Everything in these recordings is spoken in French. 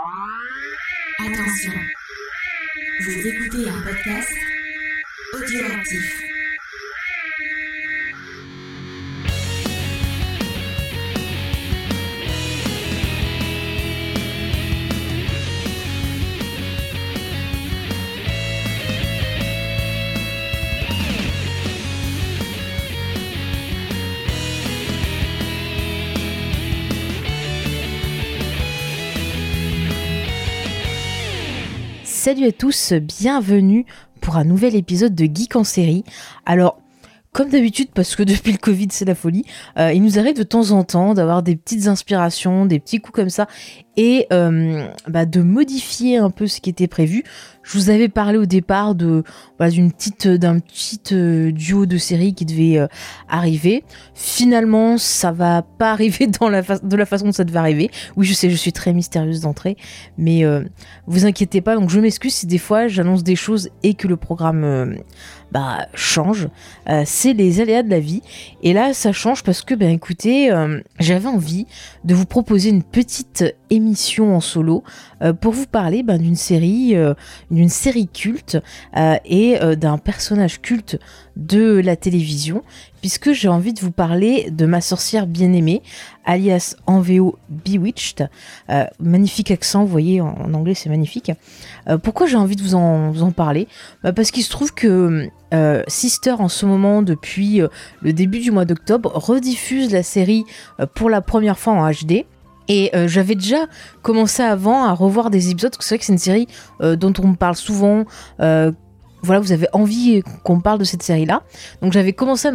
Attention, vous écoutez un podcast audioactif. Salut à tous, bienvenue pour un nouvel épisode de Geek en série. Alors, comme d'habitude, parce que depuis le Covid c'est la folie, il nous arrive de temps en temps d'avoir des petites inspirations, des petits coups comme ça, et de modifier un peu ce qui était prévu. Je vous avais parlé au départ d'un petit duo de séries qui devait arriver. Finalement, ça va pas arriver de la façon dont ça devait arriver. Oui, je sais, je suis très mystérieuse d'entrée, mais vous inquiétez pas. Donc je m'excuse si des fois j'annonce des choses et que le programme change. C'est les aléas de la vie. Et là, ça change parce que, écoutez, j'avais envie de vous proposer une petite émission en solo pour vous parler d'une série culte et d'un personnage culte de la télévision, puisque j'ai envie de vous parler de ma sorcière bien-aimée, alias en VO Bewitched. Magnifique accent, vous voyez, en anglais c'est magnifique. Pourquoi j'ai envie de vous en parler ? Parce qu'il se trouve que Sister, en ce moment, depuis le début du mois d'octobre, rediffuse la série pour la première fois en HD. Et j'avais déjà commencé avant à revoir des épisodes, parce que c'est vrai que c'est une série dont on me parle souvent. Voilà, vous avez envie qu'on parle de cette série-là. Donc j'avais commencé à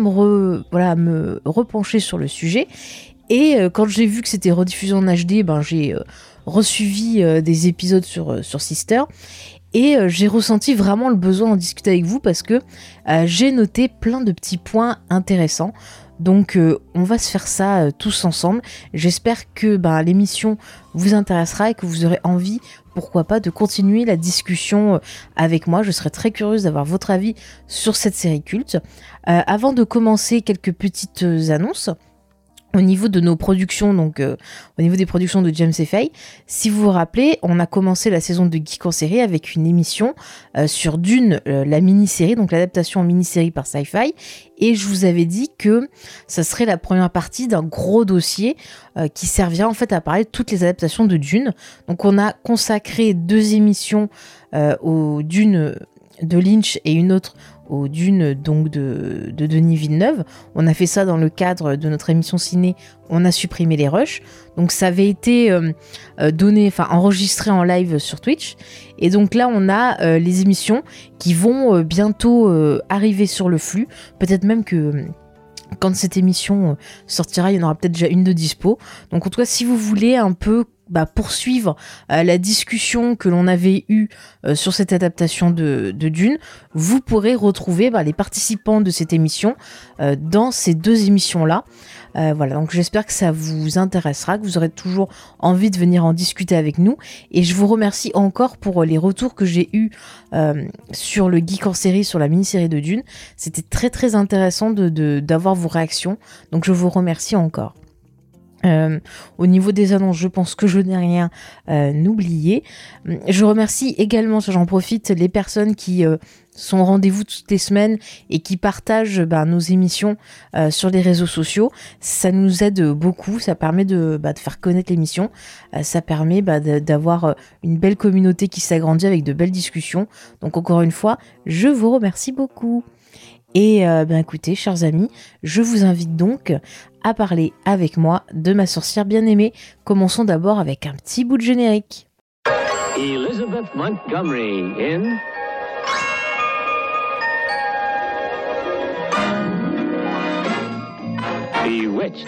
me repencher sur le sujet. Et quand j'ai vu que c'était rediffusé en HD, j'ai resuivi des épisodes sur Sister. Et j'ai ressenti vraiment le besoin d'en discuter avec vous parce que j'ai noté plein de petits points intéressants. Donc on va se faire ça tous ensemble. J'espère que l'émission vous intéressera et que vous aurez envie, pourquoi pas, de continuer la discussion avec moi. Je serais très curieuse d'avoir votre avis sur cette série culte. Avant de commencer, quelques petites annonces. Au niveau de nos productions, donc au niveau des productions de James Fay, si vous vous rappelez, on a commencé la saison de Geek en série avec une émission sur Dune, la mini-série, donc l'adaptation en mini-série par Sci-Fi, et je vous avais dit que ça serait la première partie d'un gros dossier qui servira en fait à parler de toutes les adaptations de Dune. Donc on a consacré 2 émissions aux Dune de Lynch et une autre aux Dunes donc de Denis Villeneuve. On a fait ça dans le cadre de notre émission ciné, on a supprimé les rushs. Donc ça avait été enregistré en live sur Twitch. Et donc là on a les émissions qui vont bientôt arriver sur le flux. Peut-être même que quand cette émission sortira, il y en aura peut-être déjà une de dispo. Donc en tout cas, si vous voulez un peu poursuivre la discussion que l'on avait eue sur cette adaptation de Dune, vous pourrez retrouver les participants de cette émission dans ces 2 émissions-là. Voilà, donc j'espère que ça vous intéressera, que vous aurez toujours envie de venir en discuter avec nous. Et je vous remercie encore pour les retours que j'ai eus sur le Geek en série, sur la mini-série de Dune. C'était très très intéressant d'avoir vos réactions, donc je vous remercie encore. Au niveau des annonces, je pense que je n'ai rien oublié. Je remercie également, j'en profite, les personnes qui sont au rendez-vous toutes les semaines et qui partagent nos émissions sur les réseaux sociaux. Ça nous aide beaucoup, ça permet de faire connaître l'émission, ça permet d'avoir une belle communauté qui s'agrandit avec de belles discussions. Donc encore une fois, je vous remercie beaucoup. Et écoutez, chers amis, je vous invite donc à parler avec moi de ma sorcière bien-aimée. Commençons d'abord avec un petit bout de générique. Elizabeth Montgomery in Bewitched.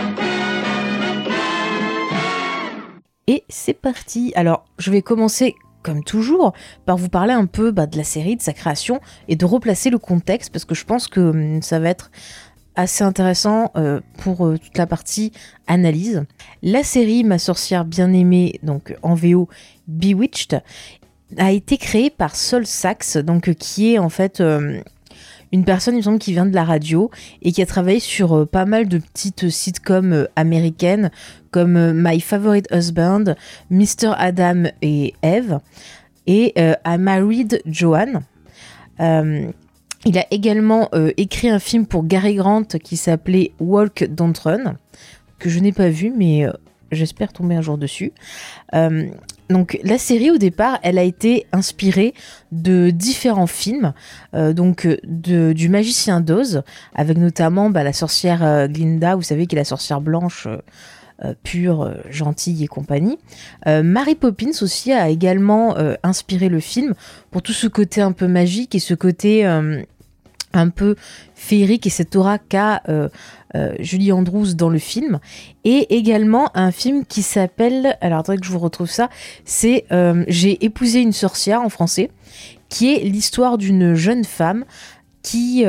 Et c'est parti. Alors, je vais commencer comme toujours, par vous parler un peu de la série, de sa création, et de replacer le contexte, parce que je pense que ça va être assez intéressant pour toute la partie analyse. La série Ma sorcière bien-aimée, donc en VO Bewitched, a été créée par Sol Sachs, donc qui est en fait une personne, il me semble, qui vient de la radio et qui a travaillé sur pas mal de petites sitcoms américaines comme My Favorite Husband, Mr. Adam et Eve et I Married Joanne. Il a également écrit un film pour Gary Grant qui s'appelait Walk Don't Run, que je n'ai pas vu, mais j'espère tomber un jour dessus. Donc la série au départ, elle a été inspirée de différents films, du Magicien d'Oz, avec notamment la sorcière Glinda, vous savez, qui est la sorcière blanche pure, gentille et compagnie. Mary Poppins aussi a également inspiré le film pour tout ce côté un peu magique et ce côté un peu féerique et cette aura qu'a Julie Andrews dans le film, et également un film qui s'appelle, alors attendez que je vous retrouve ça, c'est J'ai épousé une sorcière en français, qui est l'histoire d'une jeune femme qui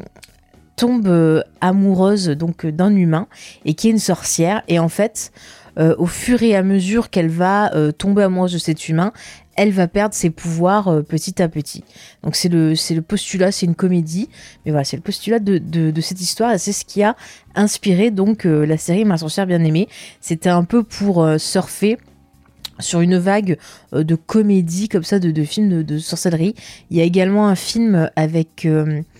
tombe amoureuse donc d'un humain et qui est une sorcière, et en fait au fur et à mesure qu'elle va tomber amoureuse de cet humain, elle va perdre ses pouvoirs petit à petit. Donc c'est le postulat, c'est une comédie, mais voilà, c'est le postulat de cette histoire, et c'est ce qui a inspiré donc la série Ma sorcière bien-aimée. C'était un peu pour surfer sur une vague de comédie comme ça, de films de sorcellerie. Il y a également un film avec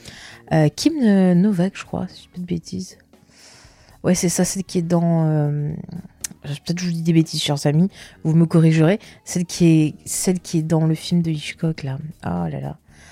Kim Novak, je crois, si je dis pas de bêtises. Ouais, c'est ça, celle qui est dans... peut-être je vous dis des bêtises, chers amis, vous me corrigerez. Celle qui est dans le film de Hitchcock, là. Oh là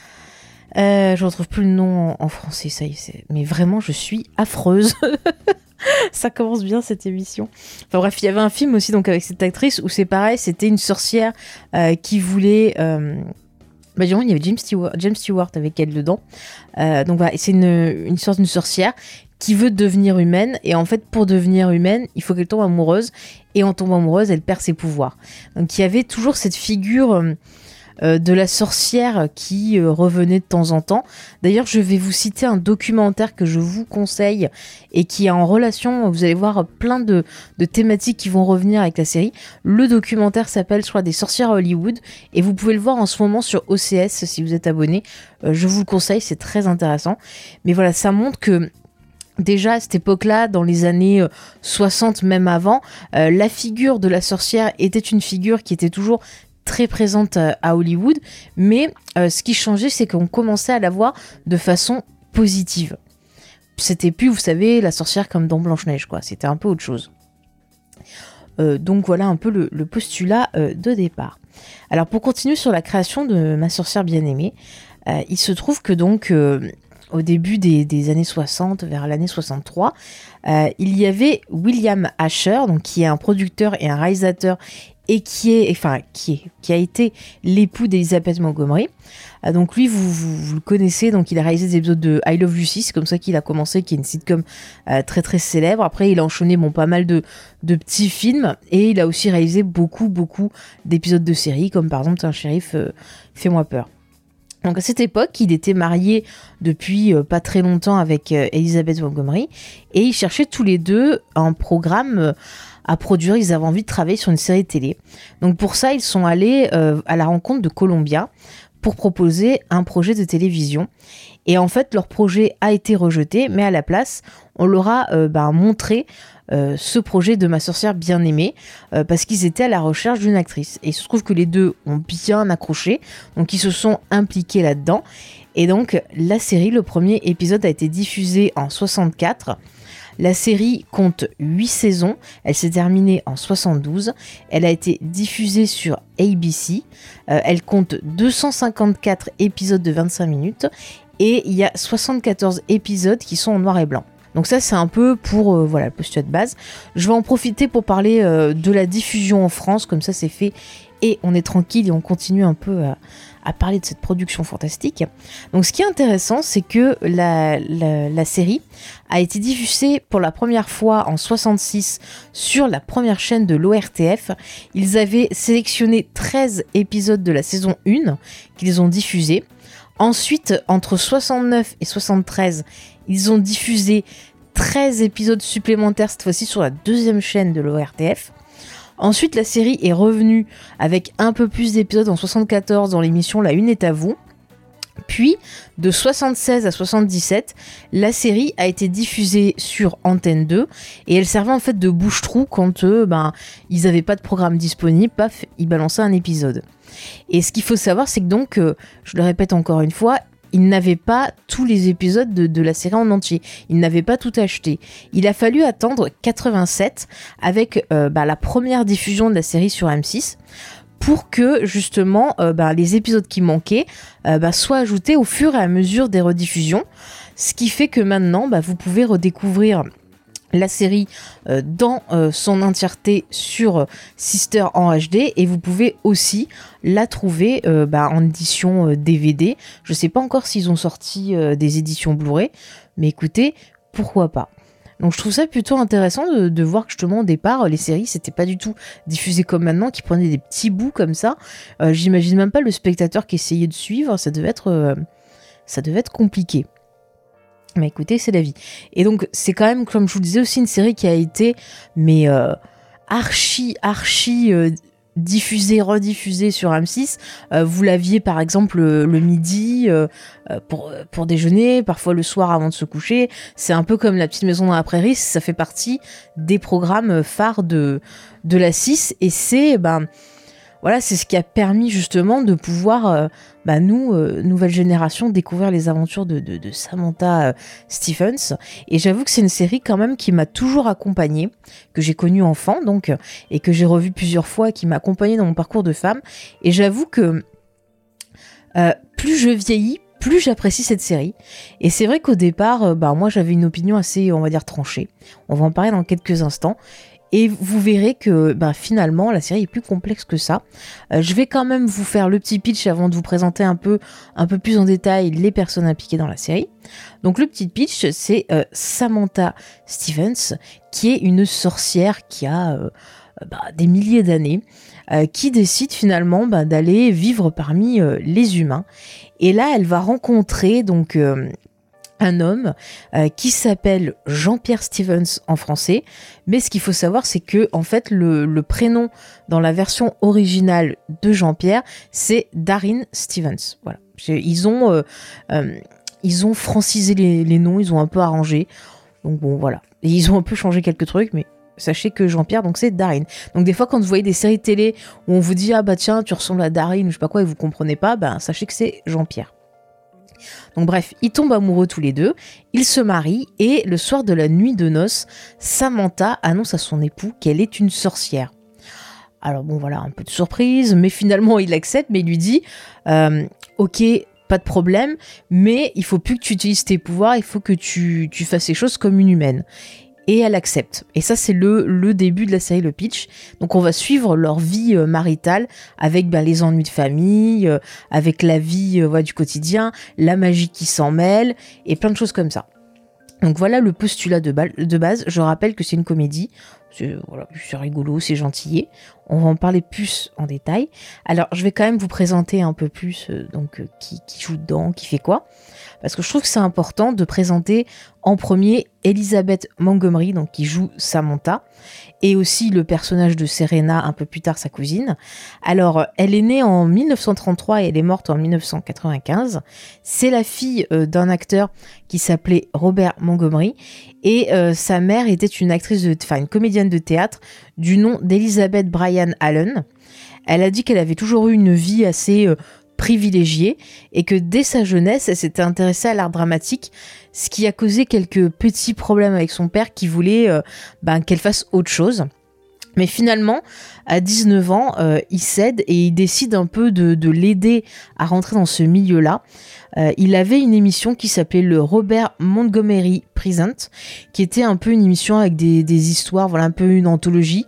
là. Je retrouve plus le nom en français, ça y est. Mais vraiment, je suis affreuse. Ça commence bien, cette émission. Enfin bref, il y avait un film aussi donc avec cette actrice où c'est pareil, c'était une sorcière qui voulait... il y avait James Stewart avec elle dedans. Donc voilà, c'est une sorte d'une sorcière qui veut devenir humaine, et en fait pour devenir humaine il faut qu'elle tombe amoureuse, et en tombant amoureuse elle perd ses pouvoirs. Donc il y avait toujours cette figure de la sorcière qui revenait de temps en temps. D'ailleurs je vais vous citer un documentaire que je vous conseille et qui est en relation, vous allez voir plein de thématiques qui vont revenir avec la série. Le documentaire s'appelle je crois Des sorcières à Hollywood, et vous pouvez le voir en ce moment sur OCS si vous êtes abonné. Je vous le conseille, c'est très intéressant. Mais voilà, ça montre que déjà à cette époque-là, dans les années 60, même avant, la figure de la sorcière était une figure qui était toujours très présente à Hollywood, mais ce qui changeait, c'est qu'on commençait à la voir de façon positive. C'était plus, vous savez, la sorcière comme dans Blanche-Neige, quoi. C'était un peu autre chose. Donc voilà un peu le postulat de départ. Alors pour continuer sur la création de Ma sorcière bien-aimée, il se trouve que donc... au début des années 60, vers l'année 63, il y avait William Asher, donc qui est un producteur et un réalisateur, et qui a été l'époux d'Elizabeth Montgomery. Donc lui, vous le connaissez, donc il a réalisé des épisodes de I Love Lucy, c'est comme ça qu'il a commencé, qui est une sitcom très très célèbre. Après, il a enchaîné pas mal de petits films, et il a aussi réalisé beaucoup d'épisodes de séries, comme par exemple Un shérif, fais-moi peur. Donc à cette époque, il était marié depuis pas très longtemps avec Elizabeth Montgomery, et ils cherchaient tous les deux un programme à produire. Ils avaient envie de travailler sur une série télé. Donc pour ça, ils sont allés à la rencontre de Columbia pour proposer un projet de télévision. Et en fait, leur projet a été rejeté, mais à la place, on leur a montré ce projet de Ma sorcière bien-aimée, parce qu'ils étaient à la recherche d'une actrice. Et il se trouve que les deux ont bien accroché, donc ils se sont impliqués là-dedans. Et donc la série, le premier épisode a été diffusé en 64. La série compte 8 saisons, elle s'est terminée en 72, elle a été diffusée sur ABC, elle compte 254 épisodes de 25 minutes, et il y a 74 épisodes qui sont en noir et blanc. Donc ça, c'est un peu pour le postulat de base. Je vais en profiter pour parler de la diffusion en France, comme ça c'est fait et on est tranquille et on continue un peu à parler de cette production fantastique. Donc ce qui est intéressant, c'est que la série a été diffusée pour la première fois en 66 sur la première chaîne de l'ORTF. Ils avaient sélectionné 13 épisodes de la saison 1 qu'ils ont diffusés. Ensuite, entre 69 et 73, ils ont diffusé 13 épisodes supplémentaires, cette fois-ci sur la deuxième chaîne de l'ORTF. Ensuite, la série est revenue avec un peu plus d'épisodes en 74 dans l'émission La Une est à vous. Puis, de 76 à 77, la série a été diffusée sur Antenne 2 et elle servait en fait de bouche-trou quand ils n'avaient pas de programme disponible, paf, ils balançaient un épisode. Et ce qu'il faut savoir, c'est que donc, je le répète encore une fois, ils n'avaient pas tous les épisodes de la série en entier. Ils n'avaient pas tout acheté. Il a fallu attendre 87 avec la première diffusion de la série sur M6 pour que justement les épisodes qui manquaient soient ajoutés au fur et à mesure des rediffusions. Ce qui fait que maintenant, vous pouvez redécouvrir la série dans son entièreté sur Sister en HD et vous pouvez aussi la trouver en édition DVD. Je sais pas encore s'ils ont sorti des éditions Blu-ray, mais écoutez, pourquoi pas. Donc je trouve ça plutôt intéressant de voir que justement au départ les séries c'était pas du tout diffusé comme maintenant, qui prenaient des petits bouts comme ça. J'imagine même pas le spectateur qui essayait de suivre, ça devait être compliqué. Mais écoutez, c'est la vie. Et donc, c'est quand même, comme je vous le disais, aussi une série qui a été archi diffusée, rediffusée sur M6. Vous l'aviez, par exemple, le midi pour déjeuner, parfois le soir avant de se coucher. C'est un peu comme La Petite Maison dans la Prairie. Ça fait partie des programmes phares de la 6. Et c'est... Voilà, c'est ce qui a permis justement de pouvoir, nous, nouvelle génération, découvrir les aventures de Samantha Stephens. Et j'avoue que c'est une série quand même qui m'a toujours accompagnée, que j'ai connue enfant donc, et que j'ai revue plusieurs fois, qui m'a accompagnée dans mon parcours de femme. Et j'avoue que plus je vieillis, plus j'apprécie cette série. Et c'est vrai qu'au départ, moi j'avais une opinion assez, on va dire, tranchée. On va en parler dans quelques instants. Et vous verrez que finalement, la série est plus complexe que ça. Je vais quand même vous faire le petit pitch avant de vous présenter un peu plus en détail les personnes impliquées dans la série. Donc le petit pitch, c'est Samantha Stephens, qui est une sorcière qui a des milliers d'années, qui décide finalement d'aller vivre parmi les humains. Et là, elle va rencontrer donc... un homme qui s'appelle Jean-Pierre Stephens en français, mais ce qu'il faut savoir, c'est que en fait le prénom dans la version originale de Jean-Pierre, c'est Darin Stephens. Voilà, ils ont francisé les noms, ils ont un peu arrangé. Donc bon, voilà, et ils ont un peu changé quelques trucs, mais sachez que Jean-Pierre, donc c'est Darin. Donc des fois, quand vous voyez des séries télé où on vous dit tiens, tu ressembles à Darin ou je sais pas quoi, et vous comprenez pas, sachez que c'est Jean-Pierre. Donc bref, ils tombent amoureux tous les deux, ils se marient et le soir de la nuit de noces, Samantha annonce à son époux qu'elle est une sorcière. Alors bon voilà, un peu de surprise, mais finalement il accepte, mais il lui dit ok, pas de problème, mais il faut plus que tu utilises tes pouvoirs, il faut que tu fasses les choses comme une humaine. Et elle accepte. Et ça, c'est le début de la série, le pitch. Donc, on va suivre leur vie maritale avec les ennuis de famille, avec la vie du quotidien, la magie qui s'en mêle, et plein de choses comme ça. Donc, voilà le postulat de base. Je rappelle que c'est une comédie. C'est rigolo, c'est gentillet. On va en parler plus en détail. Alors, je vais quand même vous présenter un peu plus qui joue dedans, qui fait quoi. Parce que je trouve que c'est important de présenter en premier Elizabeth Montgomery, donc qui joue Samantha, et aussi le personnage de Serena, un peu plus tard sa cousine. Alors, elle est née en 1933 et elle est morte en 1995. C'est la fille d'un acteur qui s'appelait Robert Montgomery, et sa mère était une comédienne de théâtre du nom d'Elizabeth Bryan Allen. Elle a dit qu'elle avait toujours eu une vie assez privilégiée et que dès sa jeunesse, elle s'était intéressée à l'art dramatique, ce qui a causé quelques petits problèmes avec son père qui voulait qu'elle fasse autre chose. Mais finalement, à 19 ans, il cède et il décide un peu de l'aider à rentrer dans ce milieu-là. Il avait une émission qui s'appelait le Robert Montgomery Present, qui était un peu une émission avec des histoires, un peu une anthologie,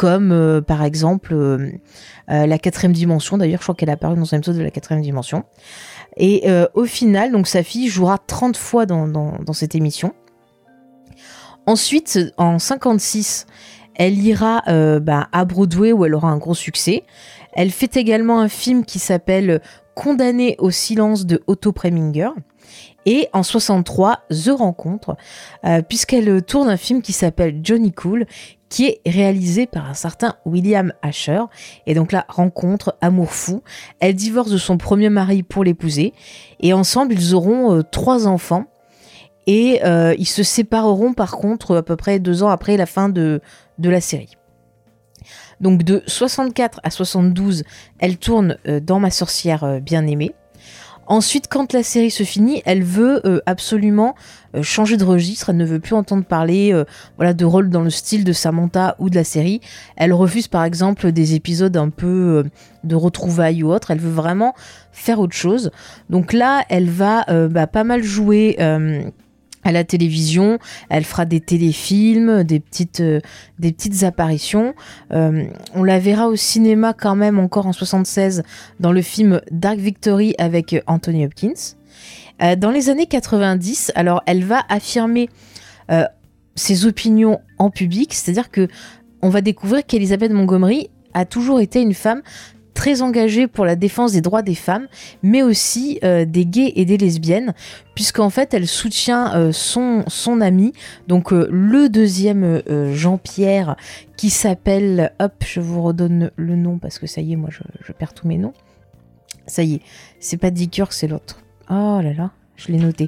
comme par exemple la 4e dimension. D'ailleurs, je crois qu'elle a apparu dans un épisode de la 4e dimension. Et au final, donc sa fille jouera 30 fois dans cette émission. Ensuite, en 56, elle ira à Broadway où elle aura un gros succès. Elle fait également un film qui s'appelle Condamnée au silence de Otto Preminger. Et en 63, The Rencontre, puisqu'elle tourne un film qui s'appelle Johnny Cool, qui est réalisé par un certain William Asher. Et donc là, rencontre, amour fou. Elle divorce de son premier mari pour l'épouser. Et ensemble, ils auront 3 enfants. Et ils se sépareront par contre à peu près 2 ans après la fin de la série. Donc de 64 à 72, elle tourne dans Ma sorcière bien-aimée. Ensuite, quand la série se finit, elle veut absolument changer de registre. Elle ne veut plus entendre parler de rôle dans le style de Samantha ou de la série. Elle refuse par exemple des épisodes un peu de retrouvailles ou autre. Elle veut vraiment faire autre chose. Donc là, elle va pas mal jouer à la télévision. Elle fera des téléfilms, des petites apparitions. On la verra au cinéma quand même encore en 76 dans le film Dark Victory avec Anthony Hopkins. Dans les années 90, alors elle va affirmer ses opinions en public, c'est-à-dire que on va découvrir qu'Elizabeth Montgomery a toujours été une femme très engagée pour la défense des droits des femmes, mais aussi des gays et des lesbiennes, puisqu'en fait elle soutient son ami, donc le deuxième Jean-Pierre, qui s'appelle, hop, je vous redonne le nom parce que ça y est, moi je perds tous mes noms. Ça y est, c'est pas Dick York, c'est l'autre. Oh là là, je l'ai noté.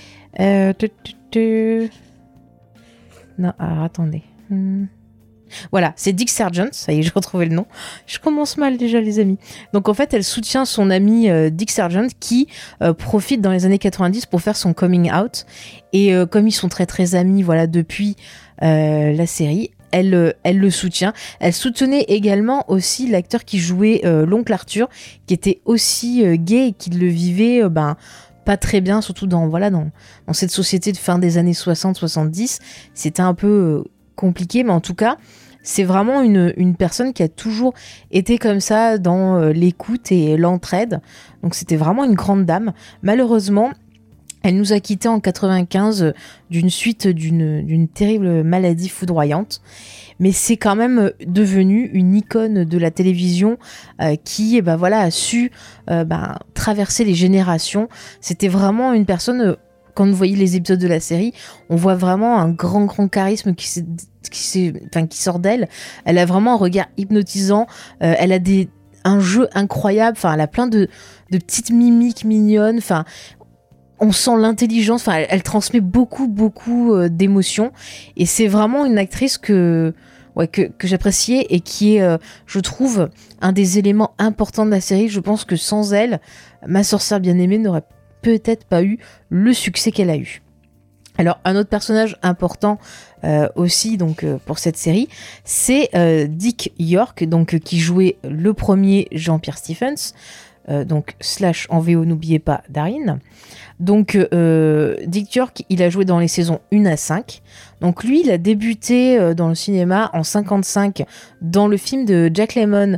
Non, alors attendez. Voilà, c'est Dick Sargent, ça y est, j'ai retrouvé le nom. Je commence mal déjà, les amis. Donc en fait, elle soutient son ami Dick Sargent qui profite dans les années 90 pour faire son coming out. Et comme ils sont très très amis, voilà, depuis la série, elle le soutient. Elle soutenait également aussi l'acteur qui jouait l'oncle Arthur, qui était aussi gay et qui le vivait pas très bien, surtout dans cette société de fin des années 60-70. C'était un peu compliqué, mais en tout cas, c'est vraiment une personne qui a toujours été comme ça dans l'écoute et l'entraide. Donc c'était vraiment une grande dame. Malheureusement, elle nous a quittés en 95 d'une suite d'une terrible maladie foudroyante. Mais c'est quand même devenu une icône de la télévision qui a su traverser les générations. C'était vraiment une personne... Quand vous voyez les épisodes de la série, on voit vraiment un grand charisme qui sort d'elle. Elle a vraiment un regard hypnotisant. Elle a un jeu incroyable. Enfin, elle a plein de petites mimiques mignonnes. Enfin, on sent l'intelligence. Enfin, elle transmet beaucoup d'émotions. Et c'est vraiment une actrice que j'appréciais et qui est, je trouve, un des éléments importants de la série. Je pense que sans elle, Ma sorcière bien-aimée n'aurait peut-être pas eu le succès qu'elle a eu. Alors un autre personnage important aussi pour cette série, c'est Dick York, qui jouait le premier Jean-Pierre Stephens, / en VO, n'oubliez pas Darin. Donc Dick York, il a joué dans les saisons 1 à 5. Donc lui, il a débuté dans le cinéma en 55 dans le film de Jack Lemmon,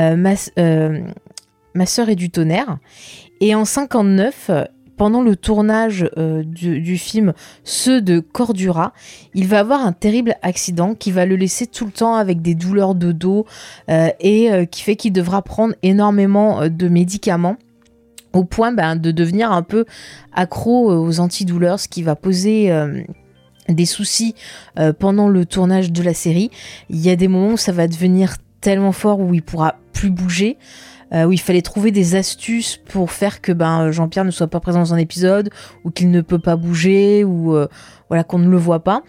Ma sœur et du tonnerre. Et en 59, pendant le tournage du film Ceux de Cordura, il va avoir un terrible accident qui va le laisser tout le temps avec des douleurs de dos et qui fait qu'il devra prendre énormément de médicaments au point de devenir un peu accro aux antidouleurs, ce qui va poser des soucis pendant le tournage de la série. Il y a des moments où ça va devenir tellement fort où il pourra plus bouger. Où il fallait trouver des astuces pour faire que Jean-Pierre ne soit pas présent dans un épisode, ou qu'il ne peut pas bouger, ou qu'on ne le voit pas.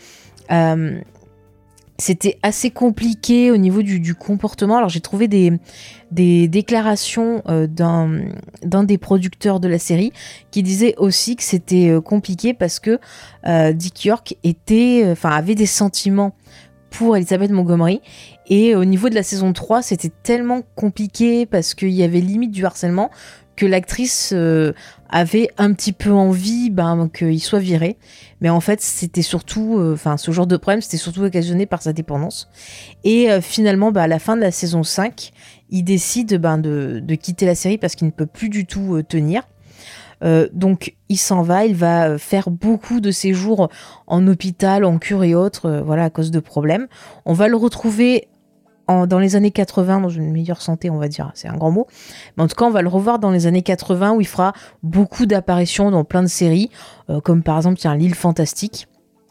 C'était assez compliqué au niveau du comportement. Alors j'ai trouvé des déclarations d'un des producteurs de la série qui disait aussi que c'était compliqué parce que Dick York avait des sentiments pour Elizabeth Montgomery. Et au niveau de la saison 3, c'était tellement compliqué parce qu'il y avait limite du harcèlement que l'actrice avait un petit peu envie qu'il soit viré. Mais en fait, c'était surtout... ce genre de problème, c'était surtout occasionné par sa dépendance. Et finalement, à la fin de la saison 5, il décide de quitter la série parce qu'il ne peut plus du tout tenir. Donc il s'en va, il va faire beaucoup de séjours en hôpital, en cure et autres, à cause de problèmes. On va le retrouver dans les années 80, dans une meilleure santé, on va dire, c'est un grand mot. Mais en tout cas, on va le revoir dans les années 80 où il fera beaucoup d'apparitions dans plein de séries, comme par exemple, L'Île Fantastique.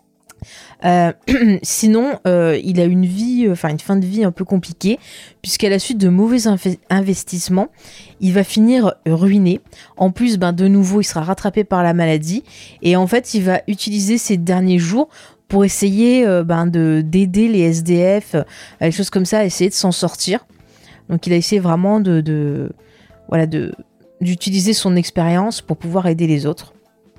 Sinon, il a une fin de vie un peu compliquée, puisqu'à la suite de mauvais investissements, il va finir ruiné. En plus, de nouveau, il sera rattrapé par la maladie, et en fait, il va utiliser ses derniers jours pour essayer d'aider les SDF, les choses comme ça, à essayer de s'en sortir. Donc, il a essayé vraiment d'utiliser son expérience pour pouvoir aider les autres.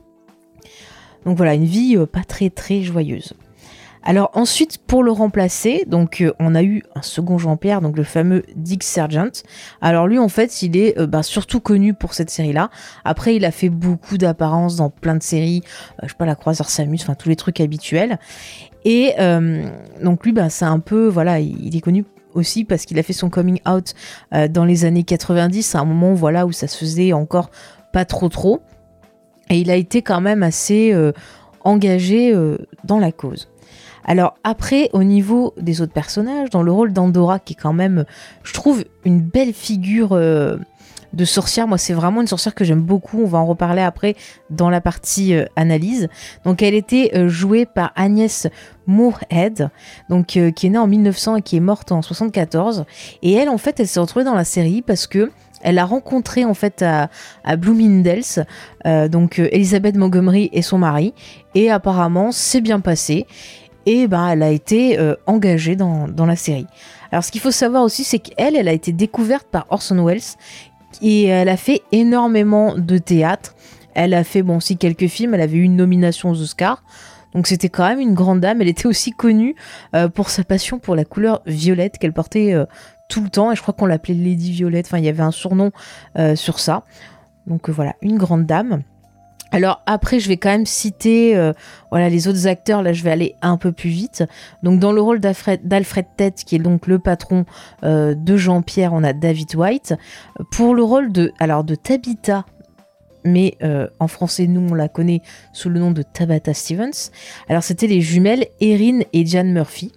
Donc voilà, une vie pas très très joyeuse. Alors ensuite, pour le remplacer, donc on a eu un second Jean-Pierre, donc le fameux Dick Sargent. Alors lui, en fait, il est surtout connu pour cette série-là. Après, il a fait beaucoup d'apparences dans plein de séries, La Croisière s'amuse, tous les trucs habituels. Et donc lui, c'est un peu, il est connu aussi parce qu'il a fait son coming out dans les années 90, à un moment où ça se faisait encore pas trop. Et il a été quand même assez engagé dans la cause. Alors après, au niveau des autres personnages, dans le rôle d'Andorra, qui est quand même, je trouve, une belle figure de sorcière. Moi, c'est vraiment une sorcière que j'aime beaucoup. On va en reparler après dans la partie analyse. Donc, elle était jouée par Agnès Moorehead, donc qui est née en 1900 et qui est morte en 74. Et elle, en fait, elle s'est retrouvée dans la série parce que elle a rencontré en fait à Bloomingdale's Elizabeth Montgomery et son mari, et apparemment c'est bien passé, et elle a été engagée dans la série. Alors ce qu'il faut savoir aussi, c'est qu'elle a été découverte par Orson Welles, et elle a fait énormément de théâtre. Elle a fait aussi quelques films, elle avait eu une nomination aux Oscars. Donc c'était quand même une grande dame. Elle était aussi connue pour sa passion pour la couleur violette qu'elle portait tout le temps, et je crois qu'on l'appelait Lady Violette, il y avait un surnom sur ça. Donc voilà, une grande dame. Alors après, je vais quand même citer les autres acteurs. Là, je vais aller un peu plus vite. Donc dans le rôle d'Alfred Ted, qui est donc le patron de Jean-Pierre, on a David White. Pour le rôle de Tabitha, mais en français, nous, on la connaît sous le nom de Tabitha Stevens. Alors c'était les jumelles Erin et Jan Murphy.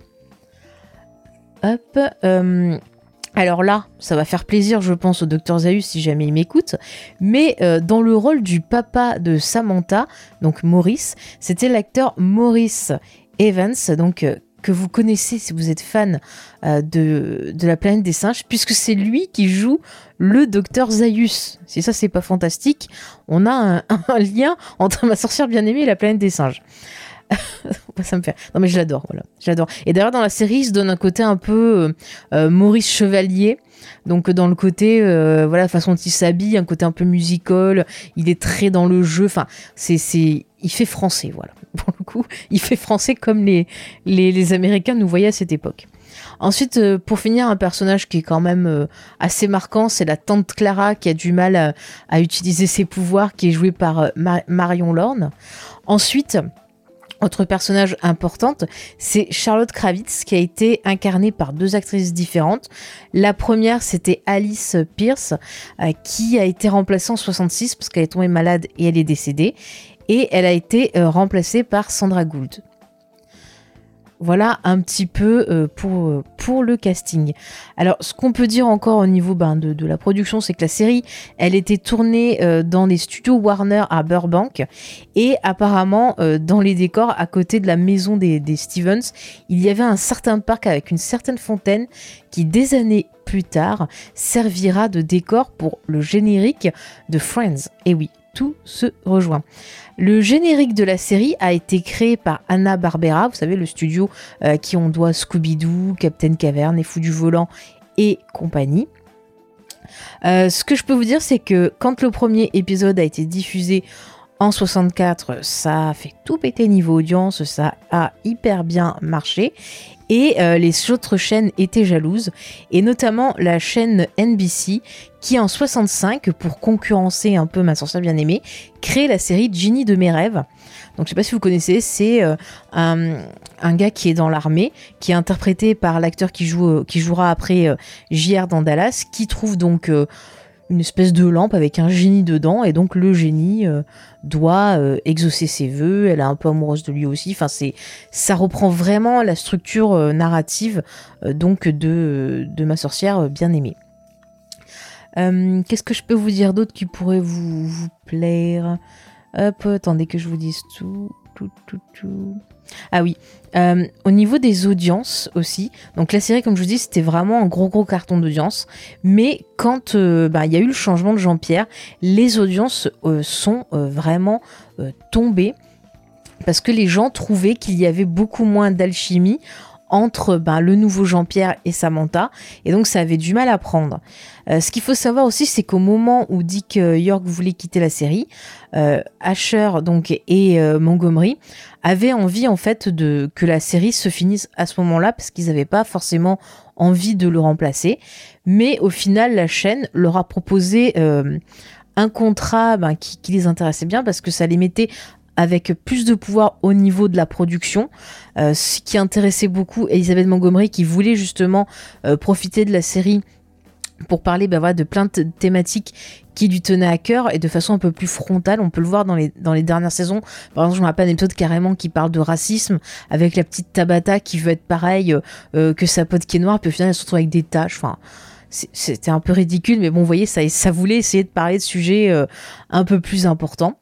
Hop. Alors là, ça va faire plaisir, je pense, au Dr Zaius si jamais il m'écoute, mais dans le rôle du papa de Samantha, donc Maurice, c'était l'acteur Maurice Evans, donc que vous connaissez si vous êtes fan de la planète des singes, puisque c'est lui qui joue le Dr Zaius. Si ça, c'est pas fantastique, on a un lien entre ma sorcière bien-aimée et la planète des singes. Ça me fait... Non mais je l'adore, j'adore. Et d'ailleurs dans la série, il se donne un côté un peu Maurice Chevalier. Donc dans le côté, la façon dont il s'habille, un côté un peu musical. Il est très dans le jeu. Enfin, il fait français, voilà. Pour le coup, il fait français comme les Américains nous voyaient à cette époque. Ensuite, pour finir, un personnage qui est quand même assez marquant, c'est la tante Clara qui a du mal à utiliser ses pouvoirs, qui est jouée par Marion Lorne. Ensuite, autre personnage importante, c'est Charlotte Kravitz, qui a été incarnée par deux actrices différentes. La première, c'était Alice Pierce, qui a été remplacée en 66 parce qu'elle est tombée malade et elle est décédée. Et elle a été remplacée par Sandra Gould. Voilà un petit peu pour le casting. Alors, ce qu'on peut dire encore au niveau de la production, c'est que la série, elle était tournée dans les studios Warner à Burbank, et apparemment, dans les décors, à côté de la maison des Stevens, il y avait un certain parc avec une certaine fontaine qui, des années plus tard, servira de décor pour le générique de Friends. Et oui, tout se rejoint. Le générique de la série a été créé par Hanna-Barbera, vous savez, le studio qui on doit Scooby-Doo, Captain Caverne, Les Fous du Volant et compagnie. Ce que je peux vous dire, c'est que quand le premier épisode a été diffusé En 64, ça a fait tout péter niveau audience, ça a hyper bien marché. Et les autres chaînes étaient jalouses, et notamment la chaîne NBC, qui en 65, pour concurrencer un peu Ma sorcière bien-aimée, crée la série Ginny de mes rêves. Donc je sais pas si vous connaissez, c'est un gars qui est dans l'armée, qui est interprété par l'acteur qui jouera après JR dans Dallas, qui trouve donc une espèce de lampe avec un génie dedans, et donc le génie doit exaucer ses vœux. Elle est un peu amoureuse de lui aussi. Enfin, ça reprend vraiment la structure narrative donc de Ma sorcière bien-aimée. Qu'est-ce que je peux vous dire d'autre qui pourrait vous plaire ? Hop, attendez que je vous dise tout. Ah oui, au niveau des audiences aussi, donc la série, comme je vous dis, c'était vraiment un gros carton d'audience, mais quand il y a eu le changement de Jean-Pierre, les audiences sont vraiment tombées, parce que les gens trouvaient qu'il y avait beaucoup moins d'alchimie entre le nouveau Jean-Pierre et Samantha, et donc ça avait du mal à prendre. Ce qu'il faut savoir aussi, c'est qu'au moment où Dick York voulait quitter la série, Asher donc, et Montgomery avaient envie en fait que la série se finisse à ce moment-là, parce qu'ils n'avaient pas forcément envie de le remplacer, mais au final la chaîne leur a proposé un contrat qui les intéressait bien, parce que ça les mettait avec plus de pouvoir au niveau de la production, ce qui intéressait beaucoup Elizabeth Montgomery, qui voulait justement profiter de la série pour parler de plein de thématiques qui lui tenaient à cœur, et de façon un peu plus frontale. On peut le voir dans les dernières saisons. Par exemple, je me rappelle un épisode carrément qui parle de racisme, avec la petite Tabitha qui veut être pareille que sa pote qui est noire, puis au final elle se retrouve avec des taches. Enfin, c'était un peu ridicule, mais bon, vous voyez, ça voulait essayer de parler de sujets un peu plus importants.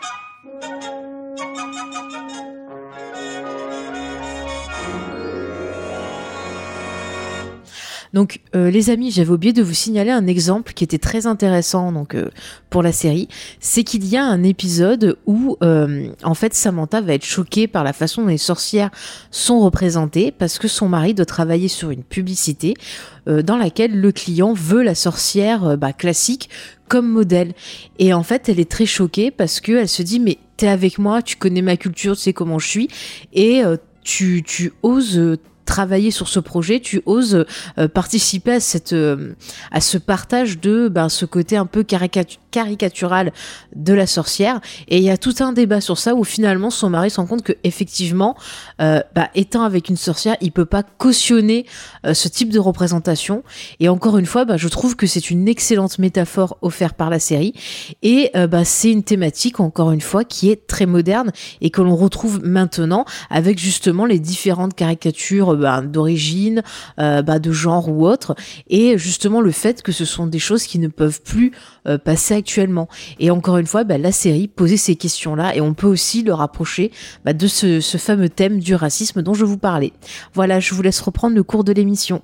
Donc les amis, j'avais oublié de vous signaler un exemple qui était très intéressant donc pour la série, c'est qu'il y a un épisode où en fait Samantha va être choquée par la façon dont les sorcières sont représentées, parce que son mari doit travailler sur une publicité dans laquelle le client veut la sorcière classique comme modèle, et en fait elle est très choquée parce que elle se dit mais t'es avec moi, tu connais ma culture, tu sais comment je suis, et tu oses travailler sur ce projet, tu oses participer à ce partage de ce côté un peu caricatural de la sorcière. Et il y a tout un débat sur ça, où finalement son mari se rend compte que effectivement étant avec une sorcière, il peut pas cautionner ce type de représentation. Et encore une fois, je trouve que c'est une excellente métaphore offerte par la série, et c'est une thématique encore une fois qui est très moderne et que l'on retrouve maintenant avec justement les différentes caricatures d'origine, de genre ou autre, et justement le fait que ce sont des choses qui ne peuvent plus passer actuellement. Et encore une fois, la série posait ces questions-là, et on peut aussi le rapprocher de ce fameux thème du racisme dont je vous parlais. Voilà, je vous laisse reprendre le cours de l'émission.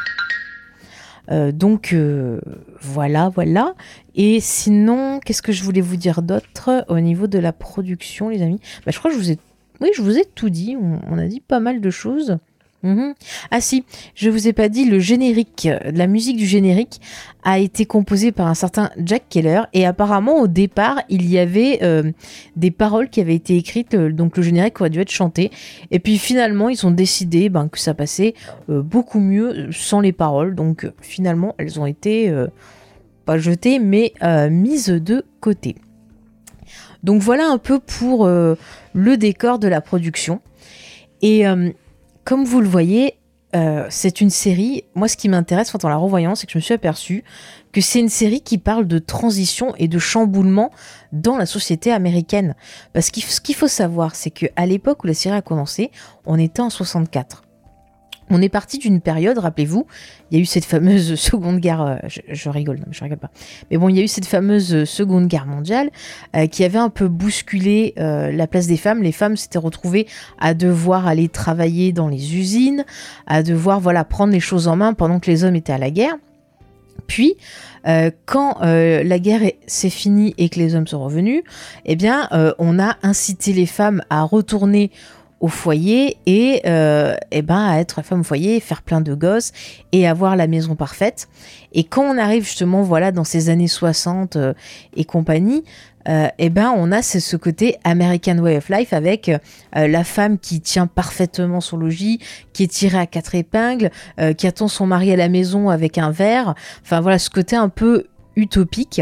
Voilà. Et sinon, qu'est-ce que je voulais vous dire d'autre au niveau de la production, les amis ? Je crois que je vous ai tout dit. On a dit pas mal de choses. Ah si, je vous ai pas dit, le générique, la musique du générique a été composée par un certain Jack Keller, et apparemment au départ il y avait des paroles qui avaient été écrites, donc le générique aurait dû être chanté, et puis finalement ils ont décidé que ça passait beaucoup mieux sans les paroles, donc finalement elles ont été pas jetées mais mises de côté. Donc voilà un peu pour le décor de la production. Et comme vous le voyez, c'est une série, moi ce qui m'intéresse en la revoyant, c'est que je me suis aperçue que c'est une série qui parle de transition et de chamboulement dans la société américaine. Parce que ce qu'il faut savoir, c'est qu'à l'époque où la série a commencé, on était en 64. On est parti d'une période, rappelez-vous, il y a eu cette fameuse seconde guerre, je rigole, non, je rigole pas. Mais bon, il y a eu cette fameuse seconde guerre mondiale qui avait un peu bousculé la place des femmes. Les femmes s'étaient retrouvées à devoir aller travailler dans les usines, à devoir prendre les choses en main pendant que les hommes étaient à la guerre. Puis, quand la guerre s'est finie et que les hommes sont revenus, on a incité les femmes à retourner au foyer et à être femme au foyer, faire plein de gosses et avoir la maison parfaite. Et quand on arrive justement dans ces années 60 et compagnie, et ben on a ce côté American Way of Life avec la femme qui tient parfaitement son logis, qui est tirée à 4 épingles, qui attend son mari à la maison avec un verre. Enfin voilà, ce côté un peu utopique.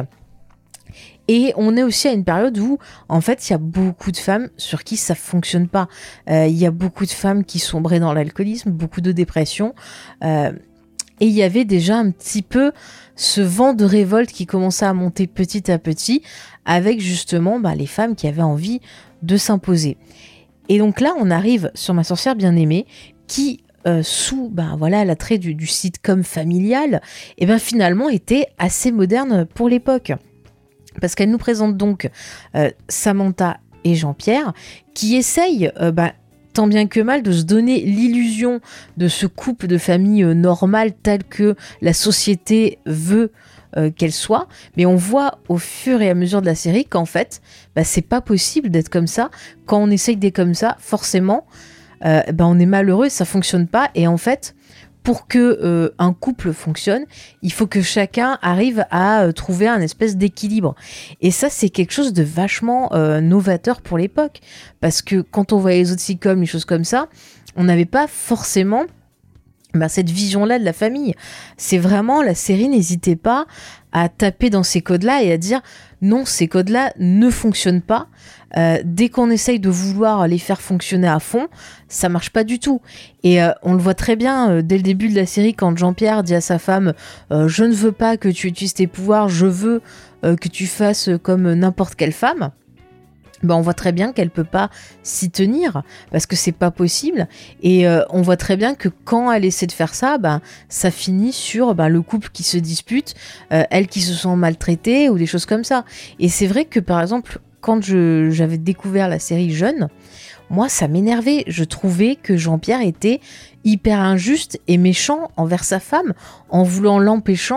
Et on est aussi à une période où, en fait, il y a beaucoup de femmes sur qui ça fonctionne pas. Il y a beaucoup de femmes qui sombraient dans l'alcoolisme, beaucoup de dépression. Et il y avait déjà un petit peu ce vent de révolte qui commençait à monter petit à petit, avec justement les femmes qui avaient envie de s'imposer. Et donc là, on arrive sur Ma sorcière bien-aimée, qui, sous l'attrait du sitcom familial, et finalement était assez moderne pour l'époque. Parce qu'elle nous présente donc Samantha et Jean-Pierre qui essayent, tant bien que mal, de se donner l'illusion de ce couple de famille normal tel que la société veut qu'elle soit. Mais on voit au fur et à mesure de la série qu'en fait, c'est pas possible d'être comme ça. Quand on essaye d'être comme ça, forcément, on est malheureux, ça fonctionne pas. Et en fait, pour que un couple fonctionne, il faut que chacun arrive à trouver un espèce d'équilibre. Et ça, c'est quelque chose de vachement novateur pour l'époque. Parce que quand on voyait les autres sitcoms, les choses comme ça, on n'avait pas forcément cette vision-là de la famille. C'est vraiment, la série n'hésitait pas à taper dans ces codes-là et à dire non, ces codes-là ne fonctionnent pas. Dès qu'on essaye de vouloir les faire fonctionner à fond, ça marche pas du tout. Et on le voit très bien dès le début de la série quand Jean-Pierre dit à sa femme je ne veux pas que tu utilises tes pouvoirs, je veux que tu fasses comme n'importe quelle femme. On voit très bien qu'elle peut pas s'y tenir parce que c'est pas possible, et on voit très bien que quand elle essaie de faire ça, ça finit sur le couple qui se dispute, elle qui se sent maltraitée ou des choses comme ça. Et c'est vrai que par exemple quand j'avais découvert la série jeune, moi ça m'énervait, je trouvais que Jean-Pierre était hyper injuste et méchant envers sa femme en voulant l'empêcher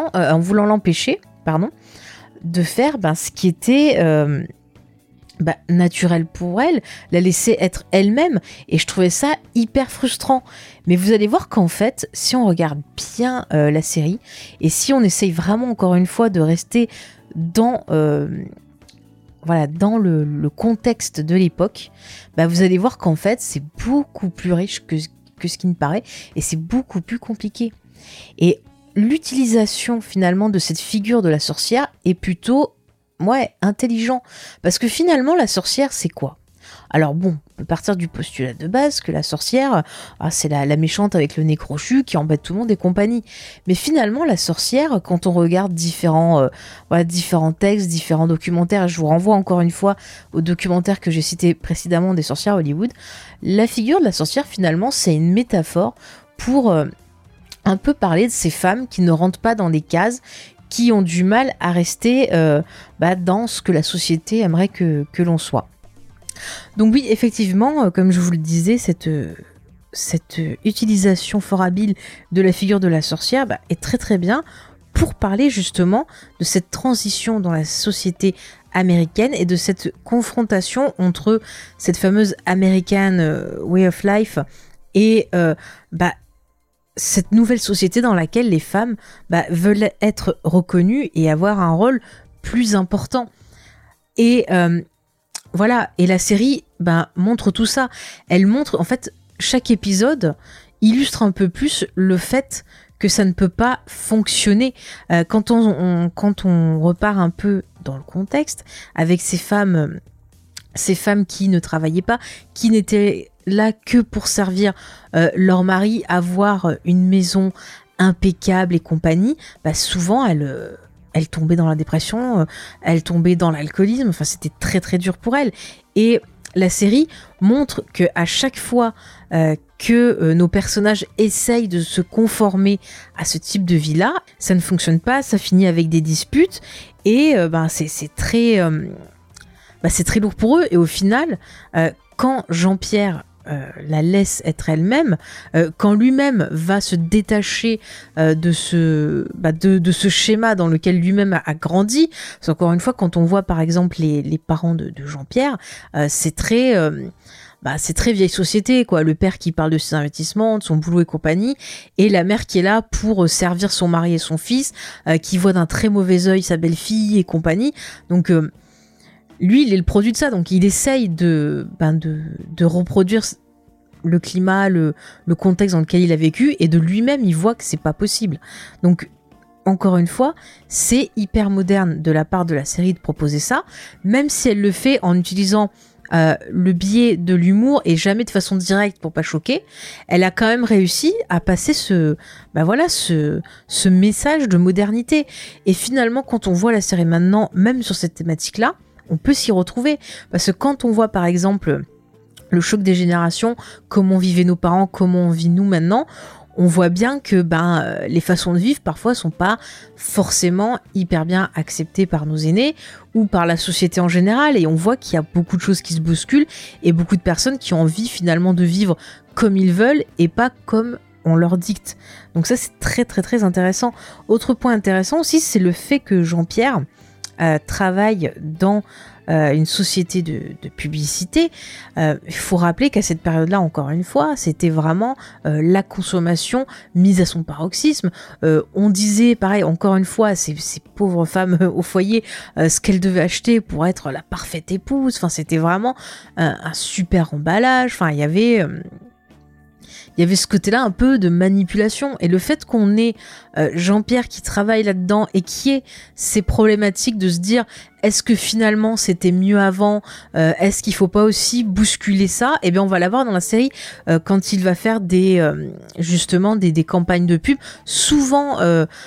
de faire ce qui était naturel pour elle, la laisser être elle-même, et je trouvais ça hyper frustrant. Mais vous allez voir qu'en fait, si on regarde bien la série, et si on essaye vraiment encore une fois de rester dans dans le contexte de l'époque, vous allez voir qu'en fait c'est beaucoup plus riche que ce qui ne paraît, et c'est beaucoup plus compliqué. Et l'utilisation finalement de cette figure de la sorcière est plutôt intelligent, parce que finalement la sorcière c'est quoi ? Alors bon, on peut partir du postulat de base que la sorcière, c'est la méchante avec le nez crochu qui embête tout le monde et compagnie. Mais finalement la sorcière, quand on regarde différents textes, différents documentaires, et je vous renvoie encore une fois au documentaire que j'ai cité précédemment des sorcières à Hollywood, la figure de la sorcière finalement c'est une métaphore pour un peu parler de ces femmes qui ne rentrent pas dans des cases, qui ont du mal à rester dans ce que la société aimerait que l'on soit. Donc oui, effectivement, comme je vous le disais, cette utilisation fort habile de la figure de la sorcière est très très bien pour parler justement de cette transition dans la société américaine et de cette confrontation entre cette fameuse American Way of Life et cette nouvelle société dans laquelle les femmes veulent être reconnues et avoir un rôle plus important. Et et la série montre tout ça. Elle montre, en fait, chaque épisode illustre un peu plus le fait que ça ne peut pas fonctionner. Quand on repart un peu dans le contexte, avec ces femmes qui ne travaillaient pas, qui n'étaient là que pour servir leur mari, avoir une maison impeccable et compagnie, souvent elle tombait dans la dépression, elle tombait dans l'alcoolisme, enfin c'était très très dur pour elle. Et la série montre qu'à chaque fois que nos personnages essayent de se conformer à ce type de vie-là, ça ne fonctionne pas, ça finit avec des disputes, et c'est très lourd pour eux. Et au final, quand Jean-Pierre la laisse être elle-même, quand lui-même va se détacher de ce schéma dans lequel lui-même a grandi. Parce qu'encore une fois, quand on voit par exemple les parents de Jean-Pierre, c'est très vieille société, quoi. Le père qui parle de ses investissements, de son boulot et compagnie, et la mère qui est là pour servir son mari et son fils, qui voit d'un très mauvais œil sa belle-fille et compagnie. Donc lui, il est le produit de ça, donc il essaye de reproduire le climat, le contexte dans lequel il a vécu, et de lui-même, il voit que c'est pas possible. Donc, encore une fois, c'est hyper moderne de la part de la série de proposer ça, même si elle le fait en utilisant le biais de l'humour et jamais de façon directe pour pas choquer. Elle a quand même réussi à passer ce message de modernité. Et finalement, quand on voit la série maintenant, même sur cette thématique-là, on peut s'y retrouver. Parce que quand on voit par exemple le choc des générations, comment vivaient nos parents, comment on vit nous maintenant, on voit bien que les façons de vivre parfois sont pas forcément hyper bien acceptées par nos aînés ou par la société en général, et on voit qu'il y a beaucoup de choses qui se bousculent et beaucoup de personnes qui ont envie finalement de vivre comme ils veulent et pas comme on leur dicte. Donc ça, c'est très très très intéressant. Autre point intéressant aussi, c'est le fait que Jean-Pierre travaille dans une société de publicité. Il faut rappeler qu'à cette période-là, encore une fois, c'était vraiment la consommation mise à son paroxysme. On disait, pareil, encore une fois, ces pauvres femmes au foyer, ce qu'elles devaient acheter pour être la parfaite épouse. Enfin, c'était vraiment un super emballage. Enfin, il y avait ce côté-là un peu de manipulation, et le fait qu'on ait Jean-Pierre qui travaille là-dedans et qui ait ces problématiques de se dire est-ce que finalement c'était mieux avant, est-ce qu'il faut pas aussi bousculer ça, et bien on va l'avoir dans la série quand il va faire justement des campagnes de pub, souvent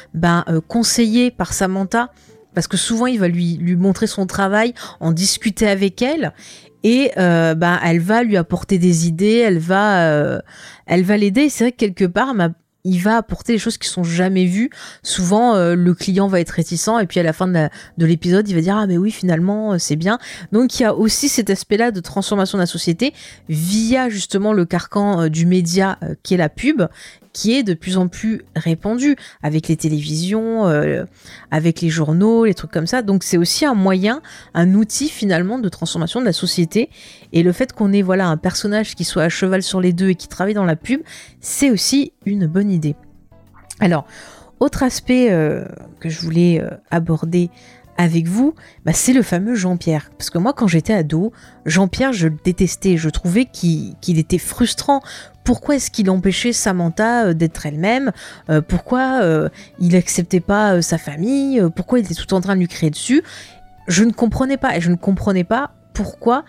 conseillées par Samantha, parce que souvent il va lui montrer son travail, en discuter avec elle, et elle va lui apporter des idées, elle va l'aider. Et c'est vrai que quelque part, il va apporter des choses qui sont jamais vues. Souvent, le client va être réticent, et puis à la fin de l'épisode, il va dire « Ah mais oui, finalement, c'est bien ». Donc il y a aussi cet aspect-là de transformation de la société via justement le carcan du média qui est la pub, qui est de plus en plus répandu avec les télévisions, avec les journaux, les trucs comme ça. Donc c'est aussi un moyen, un outil finalement de transformation de la société. Et le fait qu'on ait un personnage qui soit à cheval sur les deux et qui travaille dans la pub, c'est aussi une bonne idée. Alors, autre aspect que je voulais aborder avec vous, c'est le fameux Jean-Pierre. Parce que moi, quand j'étais ado, Jean-Pierre, je le détestais. Je trouvais qu'il était frustrant. Pourquoi est-ce qu'il empêchait Samantha d'être elle-même ? Pourquoi il acceptait pas sa famille ? Pourquoi il était tout en train de lui crier dessus ? Je ne comprenais pas. Et je ne comprenais pas pourquoi